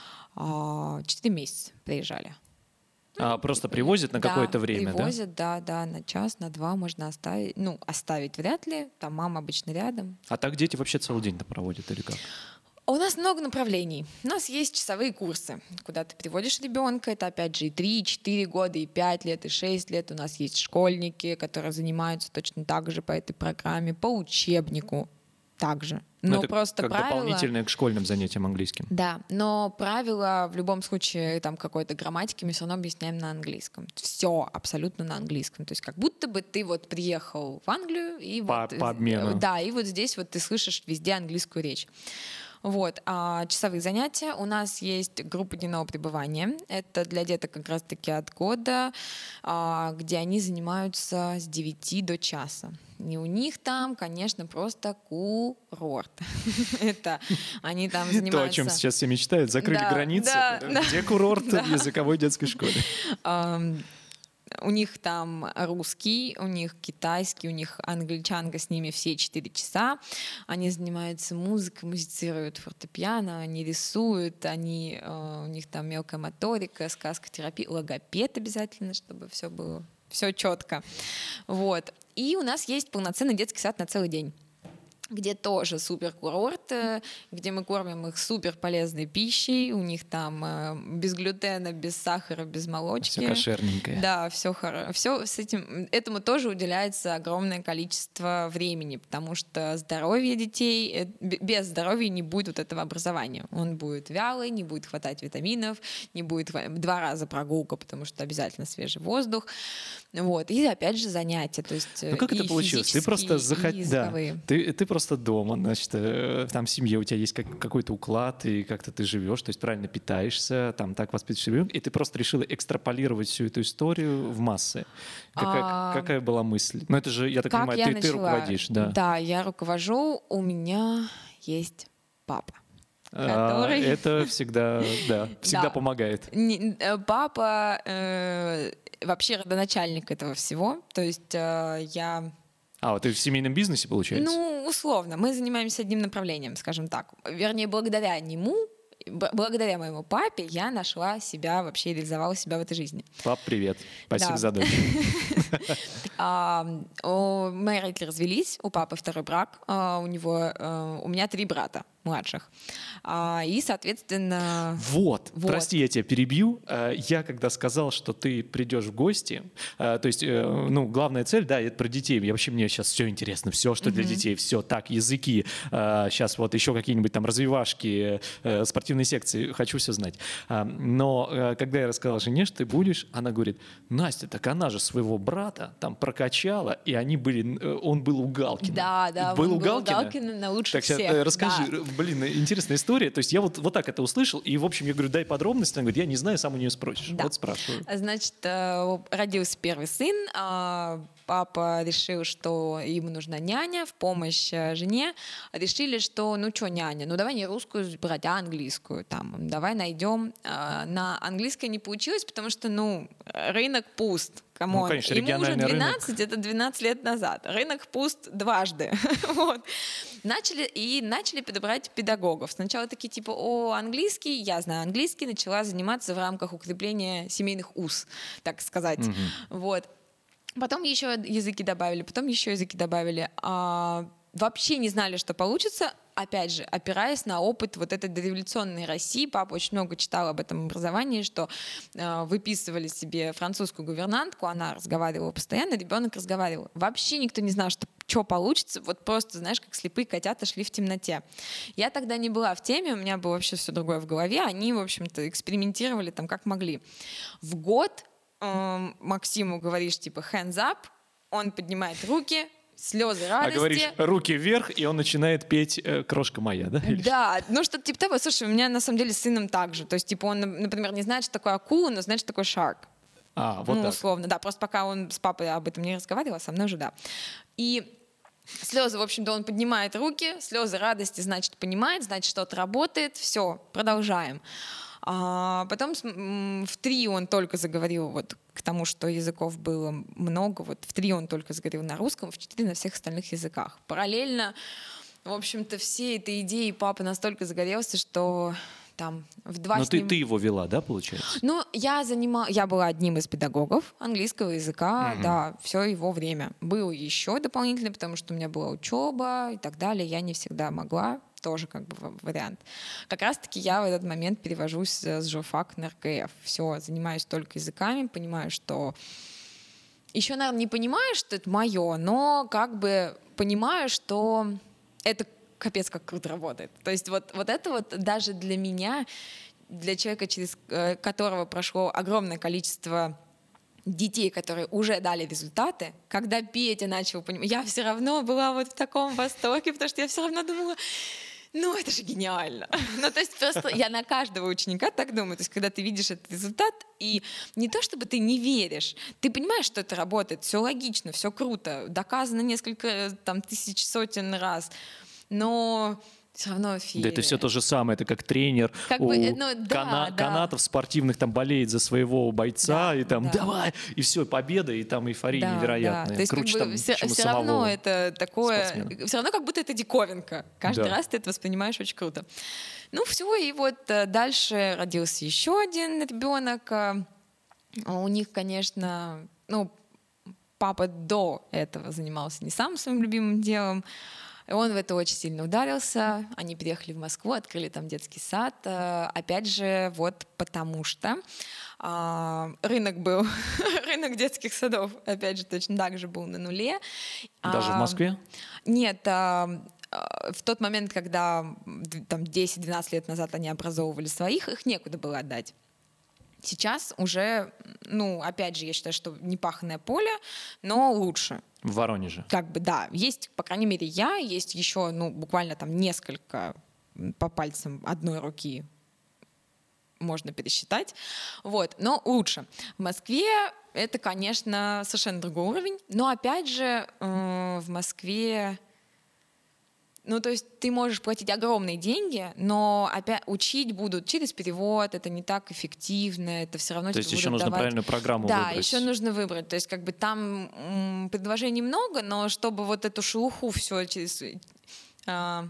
четыре месяца приезжали. А просто привозят на Да, какое-то время, привозят, да? да, на час, на два можно оставить. Ну, оставить вряд ли, там мама обычно рядом. да? А так дети вообще целый день-то проводят или как? У нас много направлений. У нас есть часовые курсы, куда ты приводишь ребенка. Это, опять же, и три, и четыре года, и пять лет, и шесть лет. У нас есть школьники, которые занимаются точно так же по этой программе, по учебнику также. Ну, Но это просто как правила... дополнительное к школьным занятиям английским. Да, но правила в любом случае там какой-то грамматики мы все равно объясняем на английском. Все абсолютно на английском. То есть как будто бы ты вот приехал в Англию и По- вот... по обмену. Да, и вот здесь вот ты слышишь везде английскую речь. Вот. А часовые занятия. У нас есть группа дневного пребывания. Это для деток как раз-таки от года, а, где они занимаются с девяти до часа. И у них там, конечно, просто курорт. Это они там То, о занимаются... чем сейчас все мечтают, закрыли Да, границы. да, да. Где курорт Да. в языковой детской школе? Ам, У них там русский, у них китайский, у них англичанка с ними все четыре часа. Они занимаются музыкой, музицируют фортепиано, они рисуют, они, э, у них там мелкая моторика, сказкотерапия, логопед обязательно, чтобы все было, все четко. Вот. И у нас есть полноценный детский сад на целый день, где тоже супер курорт, э, где мы кормим их супер полезной пищей, у них там э, без глютена, без сахара, без молочки. Все кошерненькое. Да, все хорошо. Все с этим, этому тоже уделяется огромное количество времени, потому что здоровье детей, э, б- без здоровья не будет вот этого образования. Он будет вялый, не будет хватать витаминов, не будет хва- два раза прогулка, потому что обязательно свежий воздух. Вот. И опять же занятия. То есть, Ну как и это получилось? Ты просто физические, и захотел, да, языковые. ты, ты просто просто дома, значит, э, там в семье у тебя есть как, какой-то уклад, и как-то ты живешь, то есть правильно питаешься, там так воспитываешь ребенка, и ты просто решила экстраполировать всю эту историю в массы. Какая, А, какая была мысль? Ну, это же, я так как понимаю, я ты, ты начала? руководишь, да? Да, я руковожу, у меня есть папа. А, Который... это всегда, да, всегда Да. помогает. Не- э, Папа э, вообще родоначальник этого всего. То есть э, я... А, вот ты в семейном бизнесе, получается? Ну, условно, мы занимаемся одним направлением, скажем так. Вернее, благодаря нему, б- благодаря моему папе я нашла себя, вообще реализовала себя в этой жизни. Пап, привет. Спасибо Да. за дочь. А, о, Мои родители развелись, у папы второй брак, а, у него, э, у меня три брата младших. А, И, соответственно... Вот, Вот. прости, я тебя перебью. Э, Я когда сказал, что ты придешь в гости, э, то есть, э, ну, главная цель, да, это про детей. Я вообще, мне сейчас все интересно, все, что для детей, все так, языки, сейчас вот еще какие-нибудь там развивашки, э, спортивные секции, хочу все знать. А, Но э, когда я рассказал жене, что ты будешь, она говорит: Настя, так она же своего брата там прокачала, и они были, э, он был у Галкина. Да, да, был он у был у Галкина? Галкина на лучше Так, сейчас, всех. э, расскажи, Да. блин, интересная история. То есть я вот, вот так это услышал, и, в общем, я говорю, дай подробности. Она говорит, я не знаю, сам у нее спросишь. Да. Вот спрашиваю. Значит, э, родился первый сын. а, Папа решил, что ему нужна няня в помощь э, жене. Решили, что ну что няня, ну давай не русскую брать, а английскую. Там, давай найдем. А, На английской не получилось, потому что ну рынок пуст. Камон. Ну, конечно, Ему уже региональный двенадцать, это двенадцать лет назад. Рынок пуст дважды. Вот. Начали, и начали подобрать педагогов. Сначала такие типа, о, английский, я знаю английский, начала заниматься в рамках укрепления семейных уз, так сказать. Мгм. Вот. Потом еще языки добавили, потом еще языки добавили. А, вообще не знали, что получится. Опять же, опираясь на опыт вот этой дореволюционной России, папа очень много читал об этом образовании, что э, выписывали себе французскую гувернантку, она разговаривала постоянно, ребенок разговаривал. Вообще никто не знал, что что получится, вот просто, знаешь, как слепые котята шли в темноте. Я тогда не была в теме, у меня было вообще все другое в голове, они, в общем-то, экспериментировали там как могли. В год э, Максиму говоришь, типа, hands up, он поднимает руки, слезы радости. А говоришь, руки вверх, и он начинает петь э, «Крошка моя», да? Или Да, ну что-то типа того. Слушай, у меня на самом деле с сыном так же. То есть, типа, он, например, не знает, что такое акула, но знает, что такое шарк. А, вот ну, так. условно, да. Просто пока он с папой об этом не разговаривал, со мной уже да. И слезы, в общем-то, он поднимает руки, слезы радости, значит, понимает, значит, что-то работает, все, продолжаем. А потом с- м, в три он только заговорил вот к тому, что языков было много, вот в три он только заговорил на русском, в четыре на всех остальных языках. Параллельно, в общем-то, все этой идеи папа настолько загорелся, что там в два Но с ты, ним... ты его вела, да, получается? Ну, я занимала, я была одним из педагогов английского языка, Мгм. да, все его время. Был еще дополнительно, потому что у меня была учеба и так далее, я не всегда могла, тоже как бы в- вариант. Как раз-таки я в этот момент перевожусь э, с журфак на эр ка эф. Все, занимаюсь только языками, понимаю, что еще, наверное, не понимаю, что это мое, но как бы понимаю, что это капец как круто работает. То есть вот, вот это вот даже для меня, для человека, через э, которого прошло огромное количество детей, которые уже дали результаты, когда Петя начал понимать, я все равно была вот в таком восторге, потому что я все равно думала, ну, это же гениально. Ну, то есть просто я на каждого ученика так думаю. То есть когда ты видишь этот результат, и не то чтобы ты не веришь, ты понимаешь, что это работает, все логично, все круто, доказано несколько там тысяч, сотен раз, но все равно феерия. Да это все то же самое, это как тренер Как у бы, э, ну, да, кана- да. канатов спортивных там болеет за своего бойца, Да, и там да. давай, и все, победа, и там эйфория Да, невероятная. да. То есть Круче как бы там, все, чем у все самого равно это такое, спортсмена. все равно как будто это диковинка. Каждый Да. раз ты это воспринимаешь очень круто. Ну все, и вот э, дальше родился еще один ребенок. Э, У них, конечно, ну папа до этого занимался не самым своим любимым делом. И он в это очень сильно ударился. Они переехали в Москву, открыли там детский сад. Э, Опять же, вот потому что а, рынок был, рынок детских садов, опять же, точно так же был на нуле. Даже в А, Москве? Нет, а, а, в тот момент, когда д- там десять-двенадцать лет назад они образовывали своих, их некуда было отдать. Сейчас уже, ну, опять же, я считаю, что не паханное поле, но лучше. В Воронеже. Как бы, да, есть, по крайней мере, я, есть еще, ну, буквально там несколько по пальцам одной руки можно пересчитать, вот, но лучше. В Москве это, конечно, совершенно другой уровень, но, опять же, в Москве, ну, то есть ты можешь платить огромные деньги, но опять учить будут через перевод, это не так эффективно, это все равно то тебе есть еще будут нужно давать... правильную программу да, выбрать. Да, еще нужно выбрать, то есть как бы там м, предложений много, но чтобы вот эту шелуху все через... А,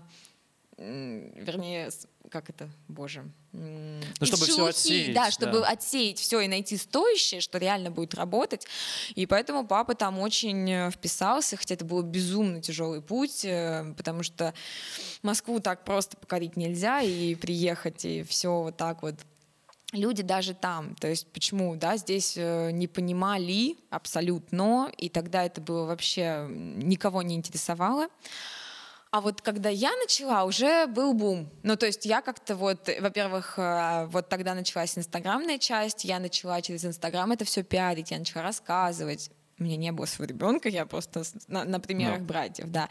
вернее, как это, боже... Ну, чтобы шелухи, все отсеять. Да, чтобы да. отсеять все и найти стоящее, что реально будет работать. И поэтому папа там очень вписался, хотя это был безумно тяжелый путь, потому что Москву так просто покорить нельзя, и приехать, и все вот так вот. Люди даже там, то есть почему, да, здесь не понимали абсолютно, и тогда это было вообще никого не интересовало. А вот когда я начала, уже был бум. Ну, то есть я как-то вот, во-первых, вот тогда началась инстаграмная часть, я начала через Инстаграм это все пиарить, я начала рассказывать. У меня не было своего ребенка, я просто на, на примерах no. братьев, да.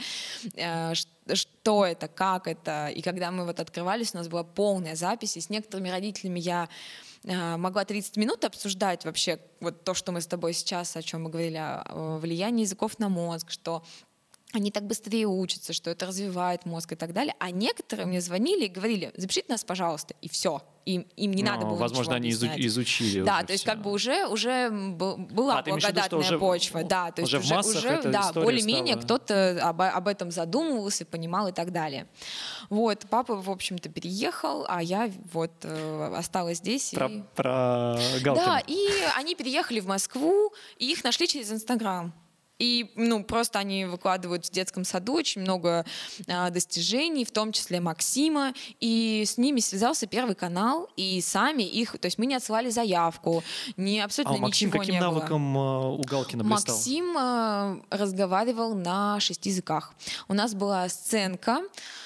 Что это, как это. И когда мы вот открывались, у нас была полная запись, и с некоторыми родителями я могла тридцать минут обсуждать вообще вот то, что мы с тобой сейчас, о чем мы говорили, о влиянии языков на мозг, что они так быстрее учатся, что это развивает мозг и так далее. А некоторые мне звонили и говорили: запишите нас, пожалуйста, и все. Им, им не Но, надо было возможно, они объяснять. изучили. Да, уже то есть все. как бы уже, уже была а, благодатная уже, почва. Да, то есть уже, уже, в уже да, более-менее стала... кто-то об, об этом задумывался, понимал и так далее. Вот, папа, в общем-то, переехал, а я вот э, осталась здесь. Про, и... про Галкина. Да, и они переехали в Москву, и их нашли через Инстаграм. И, ну, просто они выкладывают в детском саду очень много а, достижений, в том числе Максима, и с ними связался Первый канал, и сами их, то есть мы не отсылали заявку, не абсолютно а Максим ничего каким не навыком было. у Галкина блистал? Максим а, разговаривал на шести языках. У нас была сценка.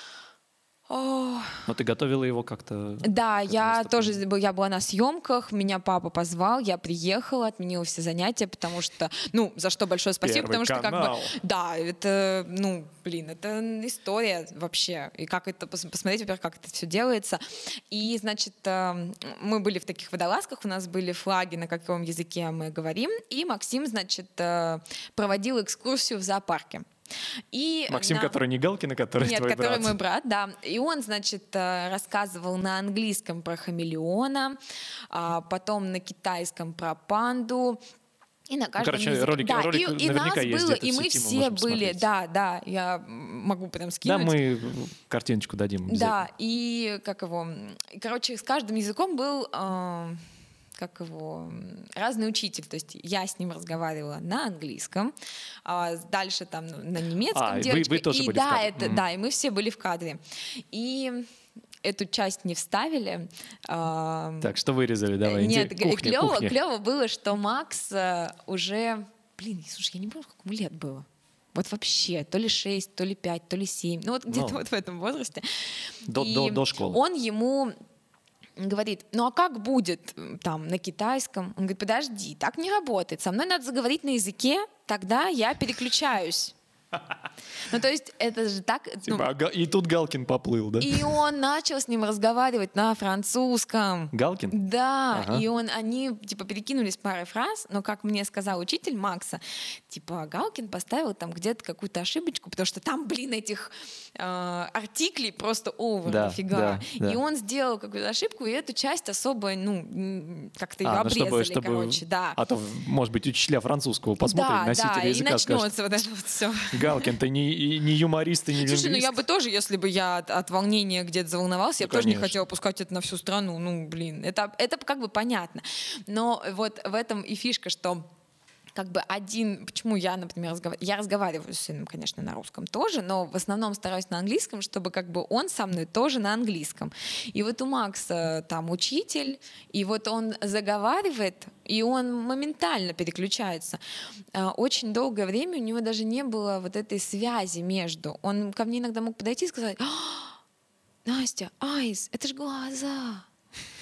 Но ты готовила его как-то? Да, я тоже я была на съемках, меня папа позвал, я приехала, отменила все занятия, потому что, ну, за что большое спасибо, Первый потому что канал. как бы, да, это, ну, блин, это история вообще, и как это, посмотреть, во-первых, как это все делается, и, значит, мы были в таких водолазках, у нас были флаги, на каком языке мы говорим, и Максим, значит, проводил экскурсию в зоопарке. И Максим, на... который не Галкин, а который Нет, твой который брат. мой брат, да. И он, значит, рассказывал на английском про хамелеона, потом на китайском про панду. И на каждом ну, короче, языке. ролик, да, ролик и, и нас есть было, и в мы сети, все мы были, смотреть. да, да, я могу прям скинуть. Да, мы картиночку дадим. Да, и как его, короче, с каждым языком был... Э, как его, разный учитель, то есть я с ним разговаривала на английском, а дальше там на немецком а, девочка. Вы, вы тоже и были да, в кадре. это, mm-hmm. да, и мы все были в кадре. И эту часть не вставили. Так, что вырезали? Давай. Нет, кухня, клево, кухня. клево было, что Макс уже... Блин, слушай, я не помню, сколько ему лет было. Вот вообще, то ли шесть, то ли пять, то ли семь. Ну вот где-то ну, вот в этом возрасте. До, и до, до школы. Он ему... говорит: ну а как будет там на китайском? Он говорит: подожди, так не работает. Со мной надо заговорить на языке, тогда я переключаюсь. Ну, то есть это же так... Типа, ну, и тут Галкин поплыл, да? И он начал с ним разговаривать на французском. Галкин? Да, ага. и он, они типа перекинулись парой фраз, но, как мне сказал учитель Макса, типа Галкин поставил там где-то какую-то ошибочку, потому что там, блин, этих э, артиклей просто овер, да, дофига. Да, да. И он сделал какую-то ошибку, и эту часть особо, ну, как-то ее а, обрезали, ну, чтобы, чтобы... короче, да. А то, может быть, учителя французского посмотрят, да, носители да, языка, и начнется скажут: вот это вот все. Галкин, ты не, не юморист и не лингвист. Слушай, ну я бы тоже, если бы я от, от волнения где-то заволновался, ну, я бы тоже конечно. не хотела пускать это на всю страну. Ну, блин, это, это как бы понятно. Но вот в этом и фишка, что как бы один... Почему я, например, разговариваю? Я разговариваю с сыном, конечно, на русском тоже, но в основном стараюсь на английском, чтобы как бы он со мной тоже на английском. И вот у Макса там учитель, и вот он заговаривает, и он моментально переключается. Очень долгое время у него даже не было вот этой связи между. Он ко мне иногда мог подойти и сказать: Настя, айс, это же глаза.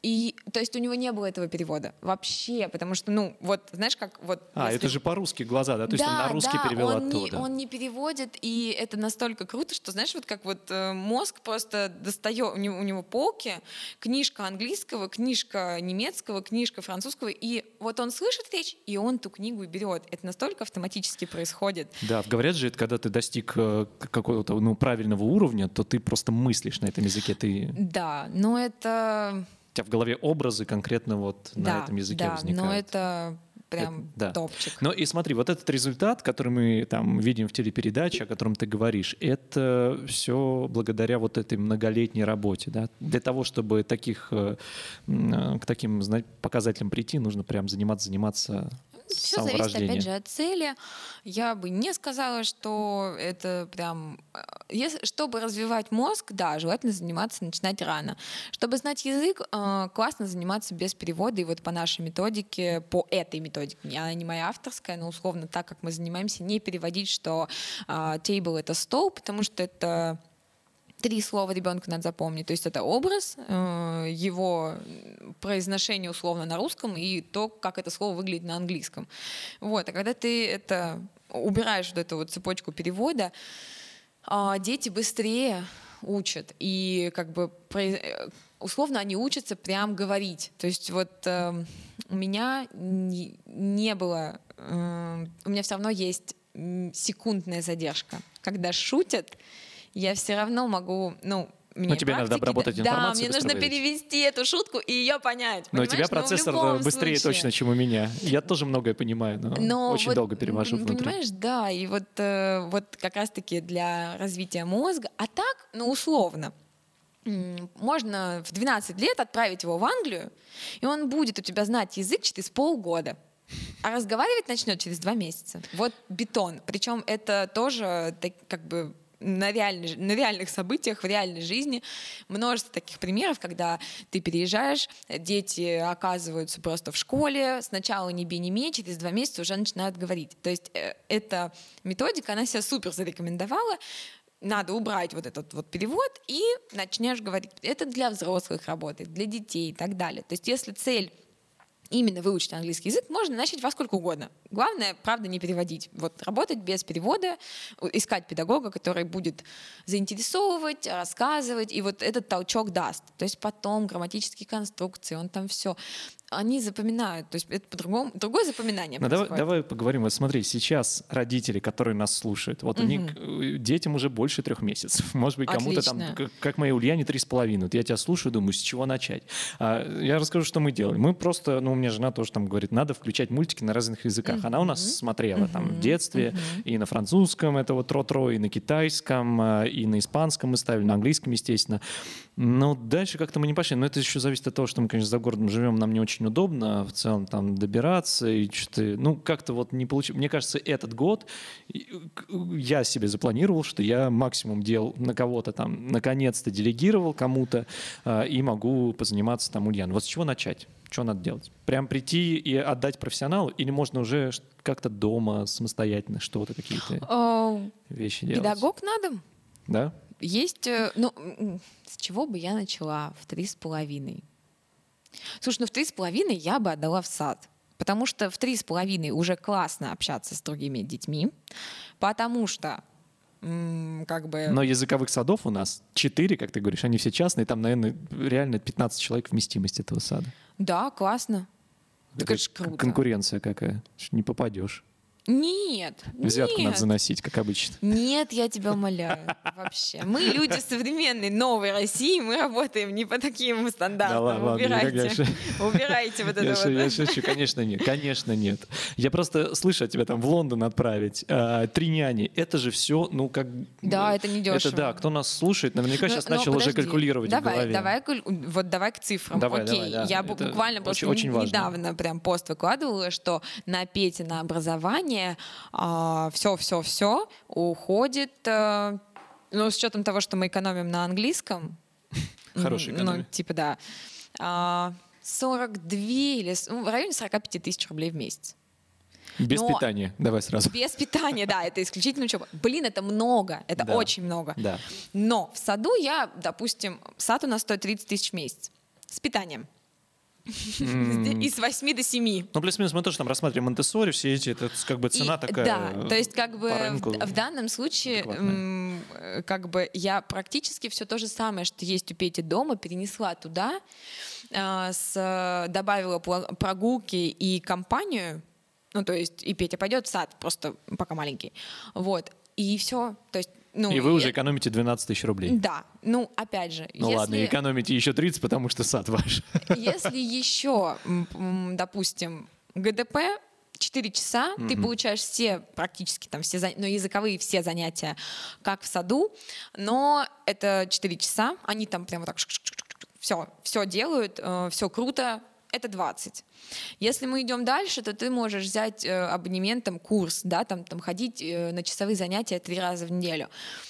И, то есть у него не было этого перевода вообще, потому что, ну, вот, знаешь, как вот... А, если... это же по-русски глаза, да? То есть да, он на русский да, перевел он оттуда. Не, он не переводит, и это настолько круто, что, знаешь, вот как вот э, мозг просто достает, у него, у него полки, книжка английского, книжка немецкого, книжка французского, и вот он слышит речь, и он ту книгу и берет. Это настолько автоматически происходит. Да, говорят же, это когда ты достиг э, какого-то ну, правильного уровня, то ты просто мыслишь на этом языке. Ты... Да, но это... У тебя в голове образы конкретно вот да, на этом языке да, возникают. но это прям это, да. топчик. Ну и смотри, вот этот результат, который мы там видим в телепередаче, о котором ты говоришь, это все благодаря вот этой многолетней работе. Да? Для того, чтобы таких, э, к таким знаете, показателям прийти, нужно прям заниматься, заниматься с Все самого зависит, рождения. опять же, от цели. Я бы не сказала, что это прям... Если, чтобы развивать мозг, да, желательно заниматься, начинать рано. Чтобы знать язык, классно заниматься без перевода. И вот по нашей методике, по этой методике, она не моя авторская, но условно так, как мы занимаемся, не переводить, что table — это стол, потому что это... Три слова ребенку надо запомнить. То есть это образ, его произношение условно на русском и то, как это слово выглядит на английском. Вот. А когда ты это убираешь вот эту вот цепочку перевода, дети быстрее учат. И как бы условно они учатся прям говорить. То есть вот у меня не было... У меня все равно есть секундная задержка. Когда шутят, я все равно могу, ну, мне Но тебе надо обработать информацию. Да, мне нужно выдать. перевести эту шутку и ее понять. Но у тебя процессор но быстрее случае. точно, чем у меня. Я тоже многое понимаю, но, но очень вот, долго перевожу внутри. Понимаешь, да, и вот, э, вот как раз-таки для развития мозга, а так, ну, условно, можно в двенадцать лет отправить его в Англию, и он будет у тебя знать язык через полгода. А разговаривать начнет через два месяца. Вот бетон. Причем это тоже так, как бы на, реальной, на реальных событиях, в реальной жизни множество таких примеров, когда ты переезжаешь, дети оказываются просто в школе, сначала не би, не ме, через два месяца уже начинают говорить. То есть э, эта методика, она себя супер зарекомендовала. Надо убрать вот этот вот перевод и начнешь говорить. Это для взрослых работает, для детей и так далее. То есть если цель именно выучить английский язык, можно начать во сколько угодно. Главное, правда, не переводить. Вот работать без перевода, искать педагога, который будет заинтересовывать, рассказывать, и вот этот толчок даст. То есть потом грамматические конструкции, он там все. Они запоминают, то есть это по-другому, другое запоминание ну, происходит. Давай, давай поговорим. Вот смотри, сейчас родители, которые нас слушают, вот угу. у них детям уже больше трех месяцев. Может быть, кому-то там, как, как моей Ульяне, три с половиной. Вот я тебя слушаю, думаю, с чего начать? А, я расскажу, что мы делали. Мы просто, ну, у меня жена тоже там говорит, надо включать мультики на разных языках. Угу. Она у нас смотрела угу. там в детстве угу. и на французском, это вот тро-тро, и на китайском, и на испанском мы ставили, на английском, естественно. Но дальше как-то мы не пошли. Но это еще зависит от того, что мы, конечно, за городом живем, нам не очень удобно в целом там добираться и что-то, ну, как-то вот не получилось. Мне кажется, этот год я себе запланировал, что я максимум дел на кого-то там наконец-то делегировал кому-то э, и могу позаниматься там Ульяной. Вот с чего начать? Что надо делать? Прям прийти и отдать профессионалу или можно уже как-то дома самостоятельно что-то, какие-то вещи делать? Педагог на дом? Да? Есть, ну, с чего бы я начала в три с половиной? Слушай, ну в три с половиной я бы отдала в сад, потому что в три с половиной уже классно общаться с другими детьми, потому что м- как бы... Но языковых садов у нас четыре, как ты говоришь, они все частные, там, наверное, реально пятнадцать человек вместимость этого сада. Да, классно. Это, это ж круто. Конкуренция какая, не попадешь. Нет, Взятку нет. надо заносить, как обычно. Нет, я тебя умоляю, вообще. Мы люди современной, новой России, мы работаем не по таким стандартам. Да ладно, убирайте, ладно, убирайте вот это я вот. Шу, я шучу, конечно нет, конечно нет. Я просто слышу тебя там в Лондон отправить. А, три няни, это же все, ну как... Да, это не дешево. Это да, кто нас слушает, наверняка но, сейчас но начал подожди, уже калькулировать давай, в голове. Давай, вот давай к цифрам. Давай, Окей, давай, да. Я это буквально просто очень, очень недавно прям пост выкладывала, что на Пете на образование все-все-все уходит, э, ну, с учетом того, что мы экономим на английском. Хорошая экономия. Ну, типа, да. Э, сорок два или ну, в районе сорок пять тысяч рублей в месяц. Без Но питания, давай сразу. Без питания, да, это исключительно учеба. Блин, это много, это да. очень много. Да. Но в саду я, допустим, сад у нас стоит тридцать тысяч в месяц с питанием. М. И с восьми до семи. Ну, плюс-минус мы тоже там рассматриваем Монтессори, все эти, это как бы цена И- такая. Да, то есть как бы по рынку в, в данном случае адекватная. м, э, как бы я практически все то же самое, что есть у Пети дома, перенесла туда, а, с, добавила пла- прогулки и компанию, ну то есть и Петя пойдет в сад, просто пока маленький, вот, и все, то есть ну, И вы уже э, экономите двенадцать тысяч рублей. да, ну опять же, Ну если... ладно, экономите еще тридцать, потому что сад ваш. Если еще, м, м, допустим, ГДП четыре часа, ты получаешь все, практически там все, за- ну, языковые все занятия, как в саду, но это четыре часа, они там прямо так все, все делают, все круто, это двадцать. Если мы идем дальше, то ты можешь взять э, абонементом курс, да, там, там ходить э, на часовые занятия три раза в неделю.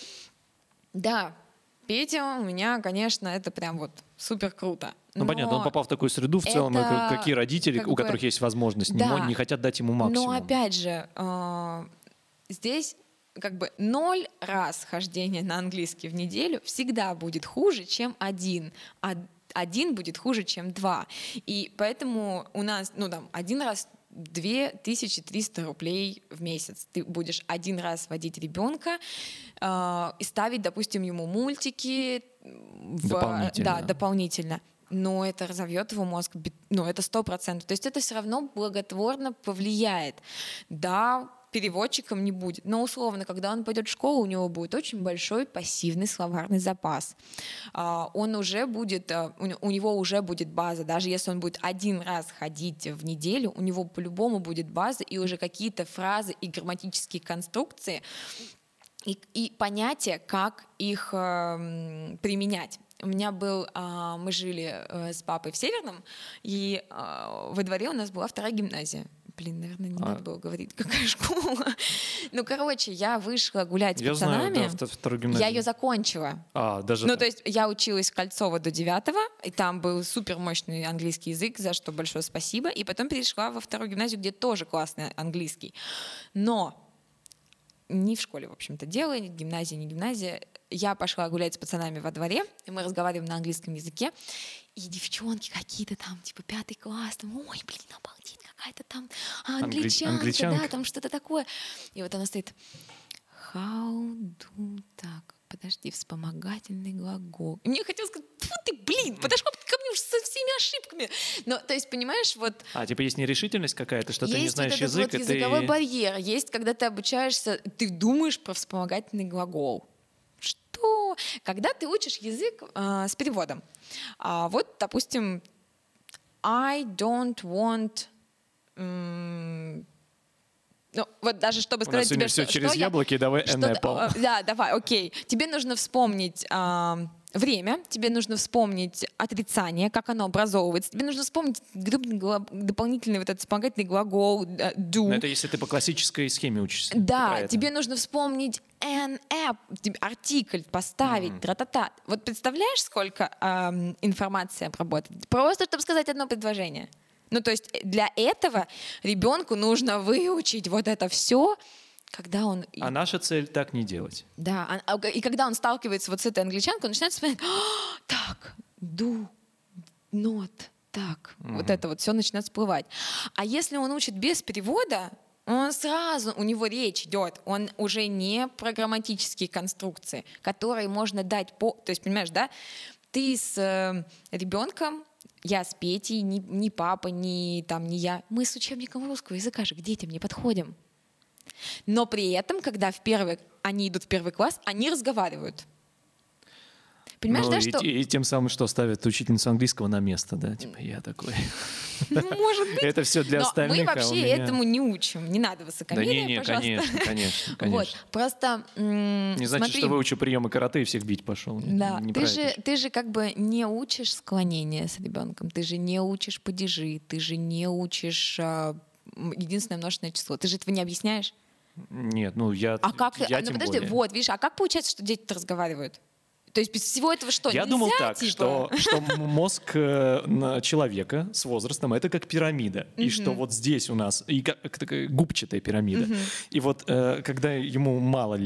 Да, Петя у меня, конечно, это прям вот супер круто. Ну, понятно, он Но попал в такую среду в целом, и это к- какие родители, как у бы- которых есть возможность, не, Да. мо- не хотят дать ему максимум. Но опять же, э, здесь как бы ноль раз хождения на английский в неделю всегда будет хуже, чем один. А один будет хуже, чем два. И поэтому у нас, ну там, один раз две тысячи триста рублей в месяц. Ты будешь один раз водить ребенка э, и ставить, допустим, ему мультики. В, Дополнительно. Да, дополнительно. Но это разовьет его мозг, бе- ну, это сто процентов. То есть это все равно благотворно повлияет. Да, переводчиком не будет, но условно, когда он пойдет в школу, у него будет очень большой пассивный словарный запас. А, Он уже будет, а, у не- у него уже будет база, даже если он будет один раз ходить в неделю, у него по-любому будет база и уже какие-то фразы и грамматические конструкции, и, и понятие, как их эм, применять. У меня был, а, мы жили э, с папой в Северном, и а, во дворе у нас была вторая гимназия. Блин, наверное, не А- надо было говорить, какая школа. Ну, короче, я вышла гулять с Я знаю, пацанами. да, вто- вторую гимназию. Я ее закончила. А, даже Ну, так. то есть я училась в Кольцово до девятого, и там был супер мощный английский язык, за что большое спасибо. И потом перешла во вторую гимназию, где тоже классный английский. Но не в школе, в общем-то, дело, ни гимназия, не гимназия. Я пошла гулять с пацанами во дворе, и мы разговариваем на английском языке, и девчонки какие-то там, типа, пятый класс, там, ой, блин, обалдеть, какая-то там англичанка, англичанка. да, там что-то такое. И вот она стоит, how do, так, подожди, вспомогательный глагол. И мне хотелось сказать, фу ты, блин, подошла ко мне уже со всеми ошибками. Но, то есть, понимаешь, вот А, типа есть нерешительность какая-то, что ты не есть знаешь вот этот язык, вот и языковой ты... барьер, есть, когда ты обучаешься, ты думаешь про вспомогательный глагол. Что? Когда ты учишь язык а, с переводом. А, вот, допустим, I don't want... м, ну, вот даже чтобы У нас сказать сегодня тебе, все что, через что я- яблоки, давай an что- apple. а, Да, давай, окей. Тебе нужно вспомнить а, время, тебе нужно вспомнить отрицание, как оно образовывается, тебе нужно вспомнить грибный гла- дополнительный вот этот вспомогательный глагол э, do. Но это если ты по классической схеме учишься. Ты Да, про это. тебе нужно вспомнить an app, тебе артикль поставить, Мгм. тра-та-та. Вот представляешь, сколько ам, информации обработать? Просто, чтобы сказать одно предложение. Ну, то есть для этого ребенку нужно выучить вот это все, когда он... А наша цель так не делать. Да, а- а- и когда он сталкивается вот с этой англичанкой, он начинает вспоминать, «А, так, do, not, так, вот это вот все начинает всплывать. А если он учит без перевода, он сразу, у него речь идет, он уже не про грамматические конструкции, которые можно дать по... То есть, понимаешь, да, ты с э, ребенком, я с Петей, ни, ни папа, ни, там, ни я, мы с учебником русского языка же к детям не подходим. Но при этом, когда в первый, они идут в первый класс, они разговаривают. Понимаешь, Ну, да, и, что... и тем самым, что ставят учительницу английского на место, да, типа я такой. Ну, может быть. Это все для Но остальных, мы а у вообще меня- этому не учим. Не надо Да высокомерия, не, не, пожалуйста. конечно, конечно, Вот. конечно. Просто м, Не значит, смотри, что выучу приемы карате и всех бить пошел. да, Не ты про же, это. ты же как бы не учишь склонения с ребенком, ты же не учишь падежи, ты же не учишь а, м, единственное множественное число. Ты же этого не объясняешь. Нет, ну я, А как? я ну тем подожди, более. вот, видишь, а как получается, что дети разговаривают? То есть без всего этого что? Я нельзя, думал так, типа? что, что мозг э, на человека с возрастом это как пирамида. И что вот здесь у нас и как, как такая губчатая пирамида. И вот э, когда ему мало лет,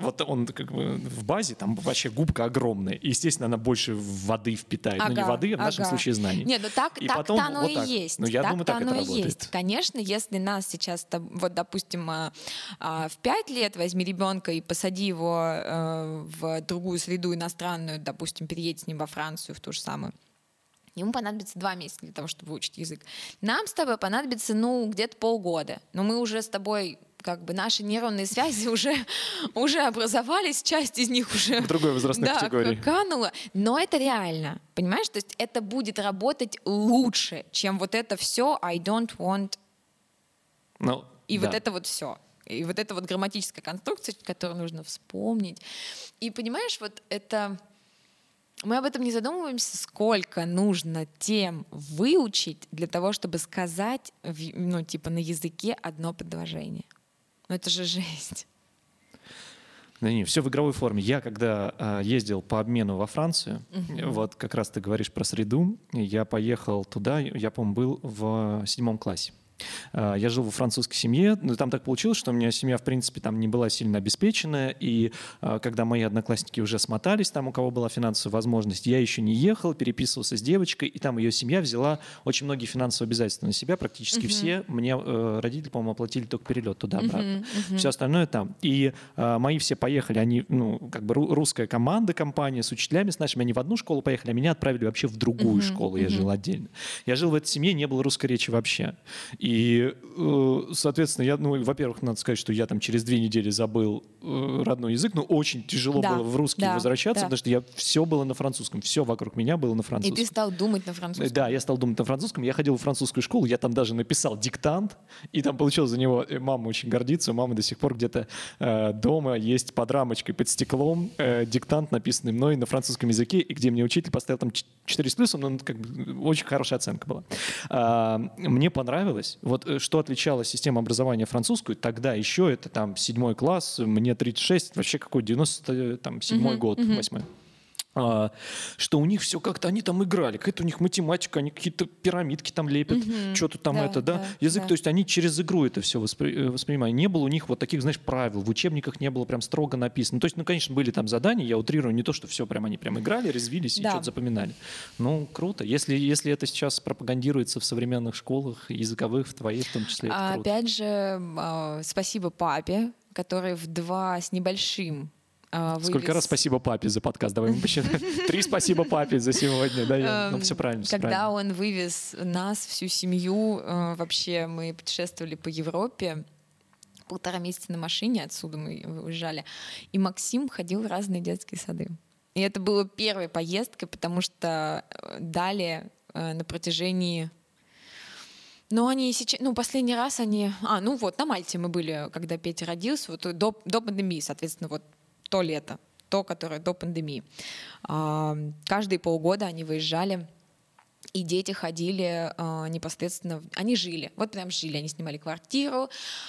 вот он как бы в базе, там вообще губка огромная. И, естественно, она больше воды впитает. Ага, ну, не воды, а в ага. нашем случае знаний. Нет, ну так, и так-то потом оно вот и так. есть. Ну, я так-то думаю, так оно это и работает. есть. Конечно, если нас сейчас, вот, допустим, а, а, в пять лет возьми ребенка и посади его а, в другую среду иностранную, допустим, переедь с ним во Францию, в ту же самую, ему понадобится два месяца для того, чтобы выучить язык. Нам с тобой понадобится, ну, где-то полгода. Но мы уже с тобой, как бы, наши нейронные связи уже, уже образовались, часть из них уже... В другой возрастной да, категории. канула. Но это реально, понимаешь? То есть это будет работать лучше, чем вот это все I don't want. Ну, И да. вот это вот все. И вот это вот грамматическая конструкция, которую нужно вспомнить. И понимаешь, вот это... Мы об этом не задумываемся, сколько нужно тем выучить для того, чтобы сказать, ну, типа, на языке одно предложение. Ну, это же жесть. Да не, все в игровой форме. Я когда э, ездил по обмену во Францию, uh-huh. вот как раз ты говоришь про среду, я поехал туда, я, по-моему, был в седьмом классе. Я жил во французской семье, но там так получилось, что у меня семья, в принципе, там не была сильно обеспеченная, и когда мои одноклассники уже смотались, там у кого была финансовая возможность, я еще не ехал, переписывался с девочкой, и там ее семья взяла очень многие финансовые обязательства на себя, практически uh-huh. все. Мне э, родители, по-моему, оплатили только перелет туда-обратно. Uh-huh. Uh-huh. Все остальное там. И э, мои все поехали, они, ну, как бы русская команда, компания с учителями, с нашими, они в одну школу поехали, а меня отправили вообще в другую uh-huh. школу, я uh-huh. жил отдельно. Я жил в этой семье, не было русской речи вообще. И И, соответственно, я, ну, во-первых, надо сказать, что я там через две недели забыл родной язык, но очень тяжело да, было в русский да, возвращаться, да. потому что я все было на французском, все вокруг меня было на французском. И ты стал думать на французском. Да, я стал думать на французском. Я ходил в французскую школу, я там даже написал диктант, и там получил за него, мама очень гордится, у мамы до сих пор где-то э, дома есть под рамочкой, под стеклом э, диктант, написанный мной на французском языке, и где мне учитель поставил там четыре с плюсом, но как бы очень хорошая оценка была. А, мне понравилось. Вот что отличало систему образования французскую, тогда еще это там седьмой класс, мне тридцать шесть, вообще какой девяносто седьмой uh-huh, год, uh-huh. восьмой. А, что у них все как-то, они там играли, какая-то у них математика, они какие-то пирамидки там лепят, uh-huh. что-то там да, это, да, да язык, да. То есть они через игру это все воспри- воспринимали. Не было у них вот таких, знаешь, правил, в учебниках не было прям строго написано. То есть, ну, конечно, были там задания, я утрирую, не то, что все прям они прям играли, резвились да. и что-то запоминали. Ну, круто. Если, если это сейчас пропагандируется в современных школах, языковых, в твоей в том числе, это а, круто. Опять же, спасибо папе, который в два с небольшим Вывез. Сколько раз спасибо папе за подкаст? Давай мы посчитаем. Три спасибо папе за сегодня. Да, я... ну, все правильно. Все Когда правильно. он вывез нас, всю семью, вообще мы путешествовали по Европе, полтора месяца на машине, отсюда мы уезжали, и Максим ходил в разные детские сады. И это была первая поездка, потому что далее на протяжении... Но они сейчас, ну, последний раз они... А, ну вот, на Мальте мы были, когда Петя родился, вот до, до пандемии, соответственно, вот то лето, то, которое до пандемии. Каждые полгода они выезжали, и дети ходили непосредственно, они жили, вот прям жили, они снимали квартиру,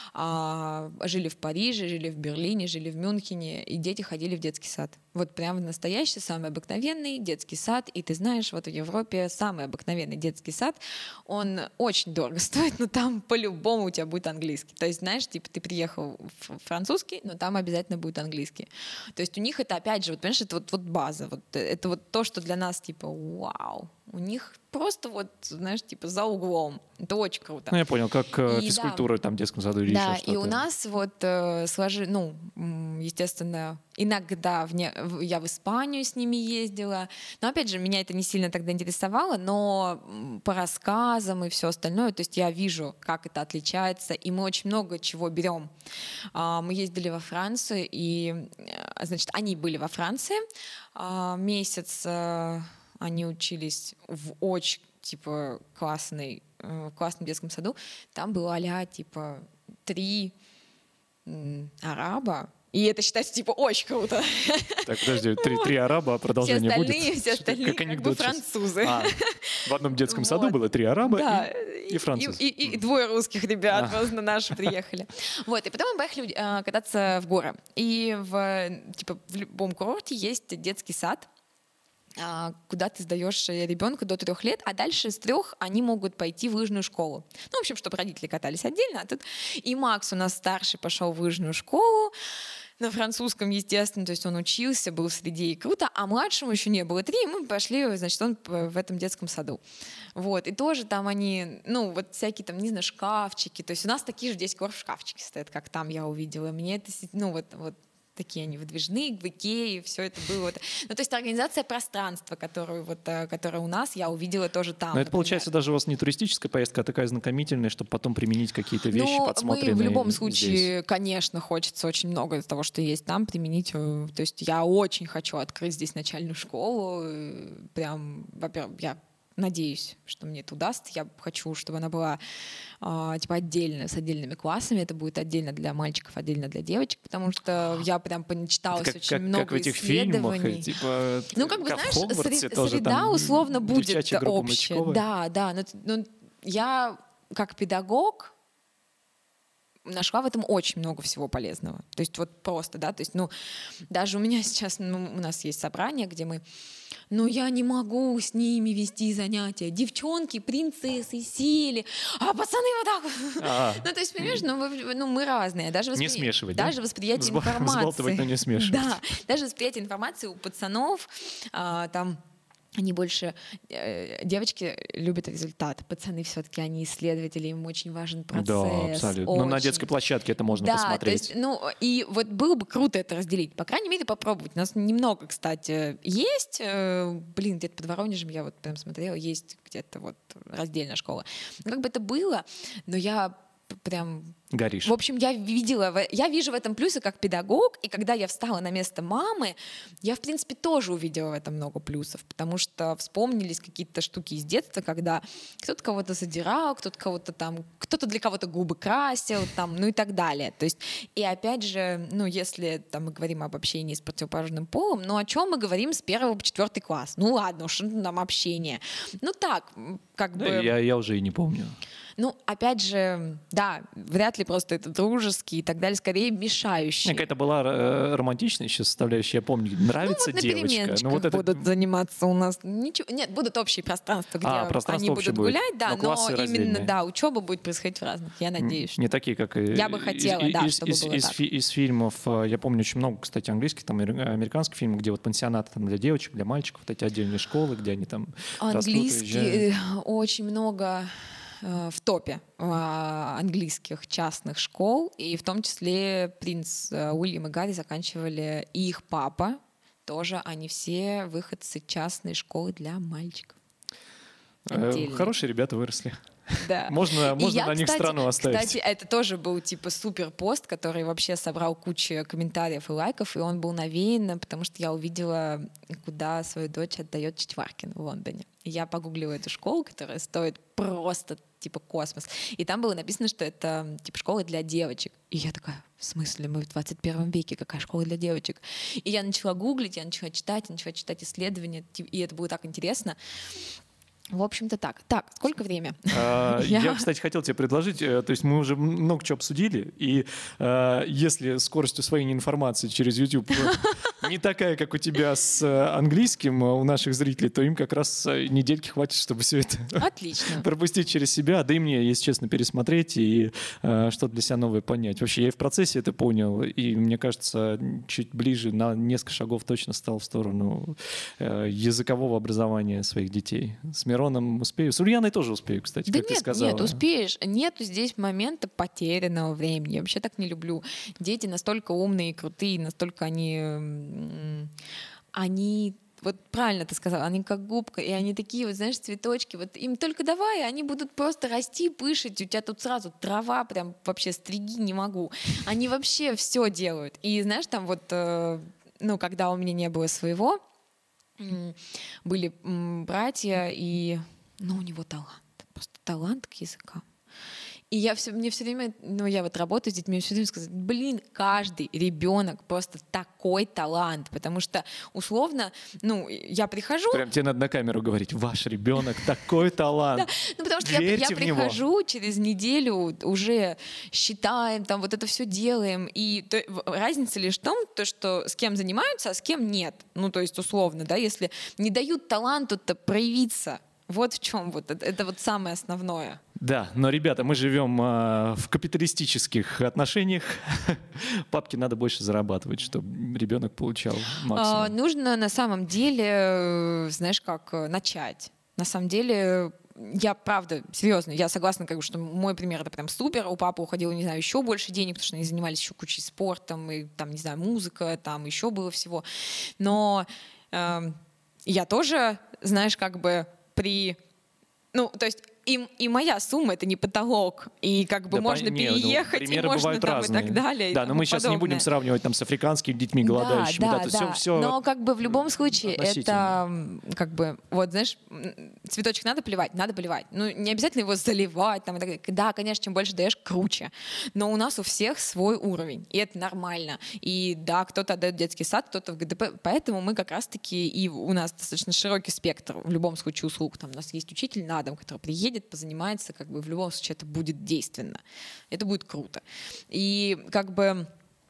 жили в Париже, жили в Берлине, жили в Мюнхене, и дети ходили в детский сад. Вот прям настоящий, самый обыкновенный детский сад, и ты знаешь, вот в Европе самый обыкновенный детский сад, он очень дорого стоит, но там по-любому у тебя будет английский. То есть, знаешь, типа ты приехал в французский, но там обязательно будет английский. То есть у них это, опять же, вот, понимаешь, это вот, вот база, вот, это вот то, что для нас типа вау. У них просто вот, знаешь, типа за углом. Это очень круто. Ну, я понял, как и, физкультура да, там в детском саду или да, еще что-то. Да, и у нас вот э, сложи, ну, естественно, иногда вне, я в Испанию с ними ездила. Но, опять же, меня это не сильно тогда интересовало, но по рассказам и все остальное, то есть я вижу, как это отличается, и мы очень много чего берем. Мы ездили во Францию, и, значит, они были во Франции месяц... Они учились в очень, типа, классной, в классном детском саду. Там было а-ля, типа, три м, араба. И это считается, типа, очень круто. Так, подожди, три, три араба, а продолжение все будет? Все остальные, как, как бы французы. А, в одном детском вот. саду было три араба да. и, и француз. И, и, и двое русских ребят, а. просто наши приехали. Вот, и потом мы поехали э, кататься в горы. И в, типа, в любом курорте есть детский сад, куда ты сдаешь ребенка до трех лет, а дальше с трех они могут пойти в лыжную школу. Ну, в общем, чтобы родители катались отдельно. А тут и Макс у нас старший пошел в лыжную школу. на французском, естественно, то есть он учился, был среди, и круто, а младшему еще не было три, и мы пошли, значит, он в этом детском саду. Вот, и тоже там они, ну, вот всякие там, не знаю, шкафчики, то есть у нас такие же десять кор в шкафчике стоят, как там я увидела. Мне это, ну, вот, вот такие они выдвижные, в Икее, все это было. Вот. Ну, то есть организация пространства, которую вот, которая у нас, я увидела тоже там. Но это, получается, даже у вас не туристическая поездка, а такая знакомительная, чтобы потом применить какие-то вещи, ну, подсмотренные мы в любом здесь. случае, конечно, хочется очень много из того, что есть там, применить. То есть я очень хочу открыть здесь начальную школу. Прям, во-первых, я надеюсь, что мне это удастся. Я хочу, чтобы она была э, типа отдельно, с отдельными классами. Это будет отдельно для мальчиков, отдельно для девочек, потому что я прям поначиталась как, очень как, много как в этих исследований. фильмах, типа, ну, как бы, как знаешь, в Хогвартсе сред, тоже, среда там, условно будет общая. Мальчиковая. Да, да. Но, но я как педагог нашла в этом очень много всего полезного. То есть вот просто, да, то есть, ну, даже у меня сейчас, ну, у нас есть собрание, где мы, ну, я не могу с ними вести занятия. Девчонки, принцессы сели, а пацаны вот так вот. А. Ну, то есть, понимаешь, ну, мы, ну, мы разные. Даже Не воспри... смешивать, Даже да? восприятие Взбал- информации. Взбалтывать, но не смешивать. Да, даже восприятие информации у пацанов, а, там, они больше, э, девочки любят результат, пацаны все-таки, они исследователи, им очень важен процесс. Да, абсолютно. Очень. Но на детской площадке это можно да, посмотреть. То есть, ну, и вот было бы круто это разделить, по крайней мере, попробовать. У нас немного, кстати, есть, э, блин, где-то под Воронежем, я вот прям смотрела, есть где-то вот раздельная школа. Ну, как бы это было, но я прям... Горишь. В общем, я видела, я вижу в этом плюсы как педагог, и когда я встала на место мамы, я, в принципе, тоже увидела в этом много плюсов, потому что вспомнились какие-то штуки из детства, когда кто-то кого-то задирал, кто-то кого-то там, кто-то для кого-то губы красил, там, ну и так далее. То есть, и опять же, ну, если там мы говорим об общении с противоположным полом, ну, о чем мы говорим с первого по четвертый класс? Ну, ладно, что там общение. Ну, так, как Да, бы... я, я уже и не помню. Ну, опять же, да, вряд ли просто это дружеский и так далее, скорее мешающий. Какая-то была э, романтичная еще составляющая, я помню, нравится ну, вот девочка. Ну, вот это... будут заниматься у нас. Ничего, нет, будут общие пространства, где а, пространство они будут будет. гулять, да, но, но именно, да, учеба будет происходить в разных, я надеюсь. Что... Не такие, как... Я бы хотела, из, да, из, чтобы из, было из, так. Из, из фильмов, я помню очень много, кстати, английских, там, американских фильмов, где вот пансионаты там, для девочек, для мальчиков, вот эти отдельные школы, где они там английский очень много... в топе английских частных школ, и в том числе принц Уильям и Гарри заканчивали, и их папа тоже, они все выходцы частной школы для мальчиков. Отдельные. Хорошие ребята выросли. Да. Можно, можно я, на них кстати, страну оставить. Кстати, это тоже был типа супер пост, который вообще собрал кучу комментариев и лайков, и он был навеян, потому что я увидела, куда свою дочь отдает Четваркин в Лондоне. И я погуглила эту школу, которая стоит просто типа космос. И там было написано, что это типа школа для девочек. И я такая, в смысле, мы в двадцать первом веке, какая школа для девочек? И я начала гуглить, я начала читать, я начала читать исследования, и это было так интересно. В общем-то так. Так, сколько время? А, я... я, кстати, хотел тебе предложить, то есть мы уже много чего обсудили, и а, если скорость усвоения информации через YouTube не такая, как у тебя с английским у наших зрителей, то им как раз недельки хватит, чтобы все это Отлично. пропустить через себя, да и мне, если честно, пересмотреть и а, что-то для себя новое понять. Вообще, я и в процессе это понял, и мне кажется, чуть ближе, на несколько шагов точно стал в сторону а, языкового образования своих детей. С Мироном успею. С Ульяной тоже успею, кстати, да как нет, ты сказала. Нет, успеешь. Нету здесь момента потерянного времени. Я вообще так не люблю. Дети настолько умные и крутые, настолько они... Они... Вот правильно ты сказала, они как губка, и они такие вот, знаешь, цветочки. Вот им только давай, и они будут просто расти, пышить. У тебя тут сразу трава, прям вообще стриги не могу. Они вообще все делают. И знаешь, там вот, ну, когда у меня не было своего, были братья, и ну, у него талант, просто талант к языкам. И я все, мне все время, ну, я вот работаю с детьми, все время сказать, блин, каждый ребенок просто такой талант, потому что условно, ну, я прихожу... Прям тебе надо на камеру говорить, ваш ребенок такой талант. Да, ну, потому что я, я прихожу через неделю, уже считаем, там вот это все делаем, и то, разница лишь в том, то, что с кем занимаются, а с кем нет. Ну, то есть условно, да, если не дают таланту-то проявиться, вот в чем вот это, это вот самое основное. Да, но, ребята, мы живем э, в капиталистических отношениях. Папке надо больше зарабатывать, чтобы ребенок получал максимум. А, нужно на самом деле, знаешь, как начать. На самом деле, я правда, серьезно, я согласна, как бы, что мой пример это прям супер. У папы уходило, не знаю, еще больше денег, потому что они занимались еще кучей спортом, и там, не знаю, музыка, там еще было всего. Но э, я тоже, знаешь, как бы при... Ну, то есть и, и моя сумма — это не потолок, и как бы да, можно по... не, переехать, ну, и можно там разные. И так далее. Да, и но мы сейчас подобное. не будем сравнивать там с африканскими детьми голодающими. Да, да, да, это да. Все, все но как бы в любом случае это как бы, вот знаешь, цветочек надо поливать, надо поливать. Ну, не обязательно его заливать. Там, и так далее. Да, конечно, чем больше даешь, круче. Но у нас у всех свой уровень, и это нормально. И да, кто-то отдает детский сад, кто-то в ГДП. Поэтому мы как раз-таки, и у нас достаточно широкий спектр в любом случае услуг. Там у нас есть учитель на дом, который приедет, позанимается, как бы в любом случае это будет действенно. Это будет круто. И как бы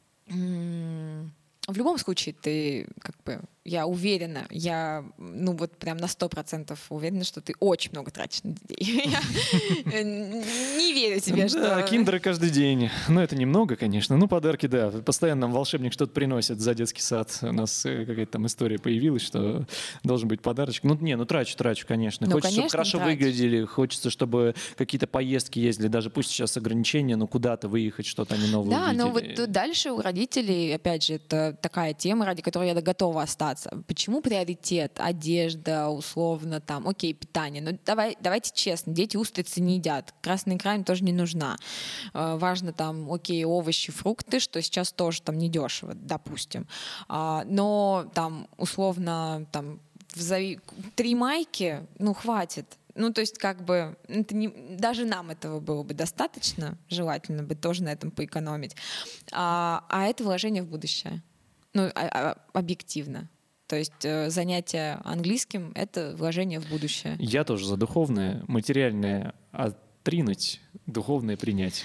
в любом случае ты как бы, я уверена, я ну вот прям на сто процентов уверена, что ты очень много тратишь на детей. Я не верю тебе, что... Да, киндеры каждый день. Ну, это немного, конечно. Ну, подарки, да. Постоянно нам волшебник что-то приносит за детский сад. У нас какая-то там история появилась, что должен быть подарочек. Ну, не, ну трачу, трачу, конечно. Ну, хочется, конечно, чтобы хорошо тратишь. выглядели, хочется, чтобы какие-то поездки ездили, даже пусть сейчас ограничения, но куда-то выехать, что-то они новое Да, увидели. но вот тут дальше у родителей, опять же, это такая тема, ради которой я готова остаться. Почему приоритет? Одежда, условно, там, окей, питание. Но давай, давайте честно, дети устрицы не едят. Красная икра им тоже не нужна. Э, важно там, окей, овощи, фрукты, что сейчас тоже там недешево, допустим. А, но там, условно, там, взави... три майки, ну, хватит. Ну, то есть, как бы, это не, даже нам этого было бы достаточно, желательно бы тоже на этом поэкономить. А, а это вложение в будущее. Ну, а, а, объективно. То есть э, занятие английским — это вложение в будущее. Я тоже за духовное, материальное отринуть, духовное принять.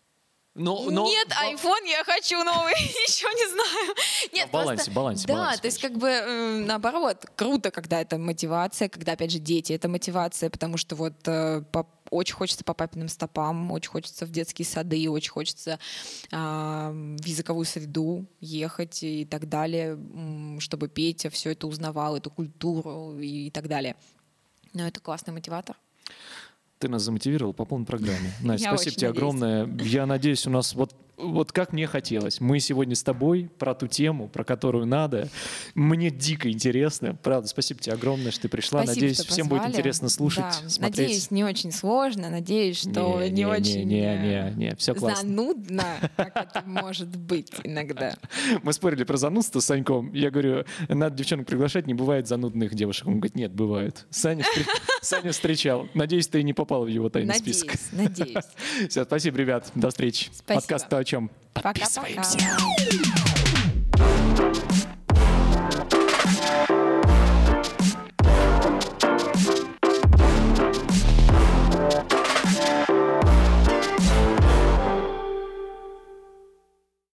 Но, но... Нет, iPhone я хочу новый, еще не знаю. Нет, в балансе, просто, балансе, да, балансе, то есть как бы э, наоборот, круто, когда это мотивация, когда, опять же, дети — это мотивация, потому что вот э, по, очень хочется по папиным стопам, очень хочется в детские сады, очень хочется э, в языковую среду ехать и так далее, чтобы Петя все это узнавал, эту культуру и, и так далее. Но это классный мотиватор. Ты нас замотивировал по полной программе. Настя, Я спасибо тебе надеюсь. огромное. Я надеюсь, у нас вот, вот как мне хотелось. Мы сегодня с тобой про ту тему, про которую надо. Мне дико интересно. Правда, спасибо тебе огромное, что ты пришла. Спасибо, Надеюсь, что всем будет позвали. интересно слушать, Да. смотреть. Надеюсь, не очень сложно. Надеюсь, что не, не, не, очень не, не, не, не, все классно. занудно, как это может быть иногда. Мы спорили про занудство с Саньком. Я говорю, надо девчонок приглашать, не бывает занудных девушек. Он говорит, нет, бывает. Саня, встр... Саня встречал. Надеюсь, ты не попал в его тайный Надеюсь, список. надеюсь. Все, спасибо, ребят. До встречи. Спасибо. Подкаст «То о чем». Пока-пока. Подписываемся.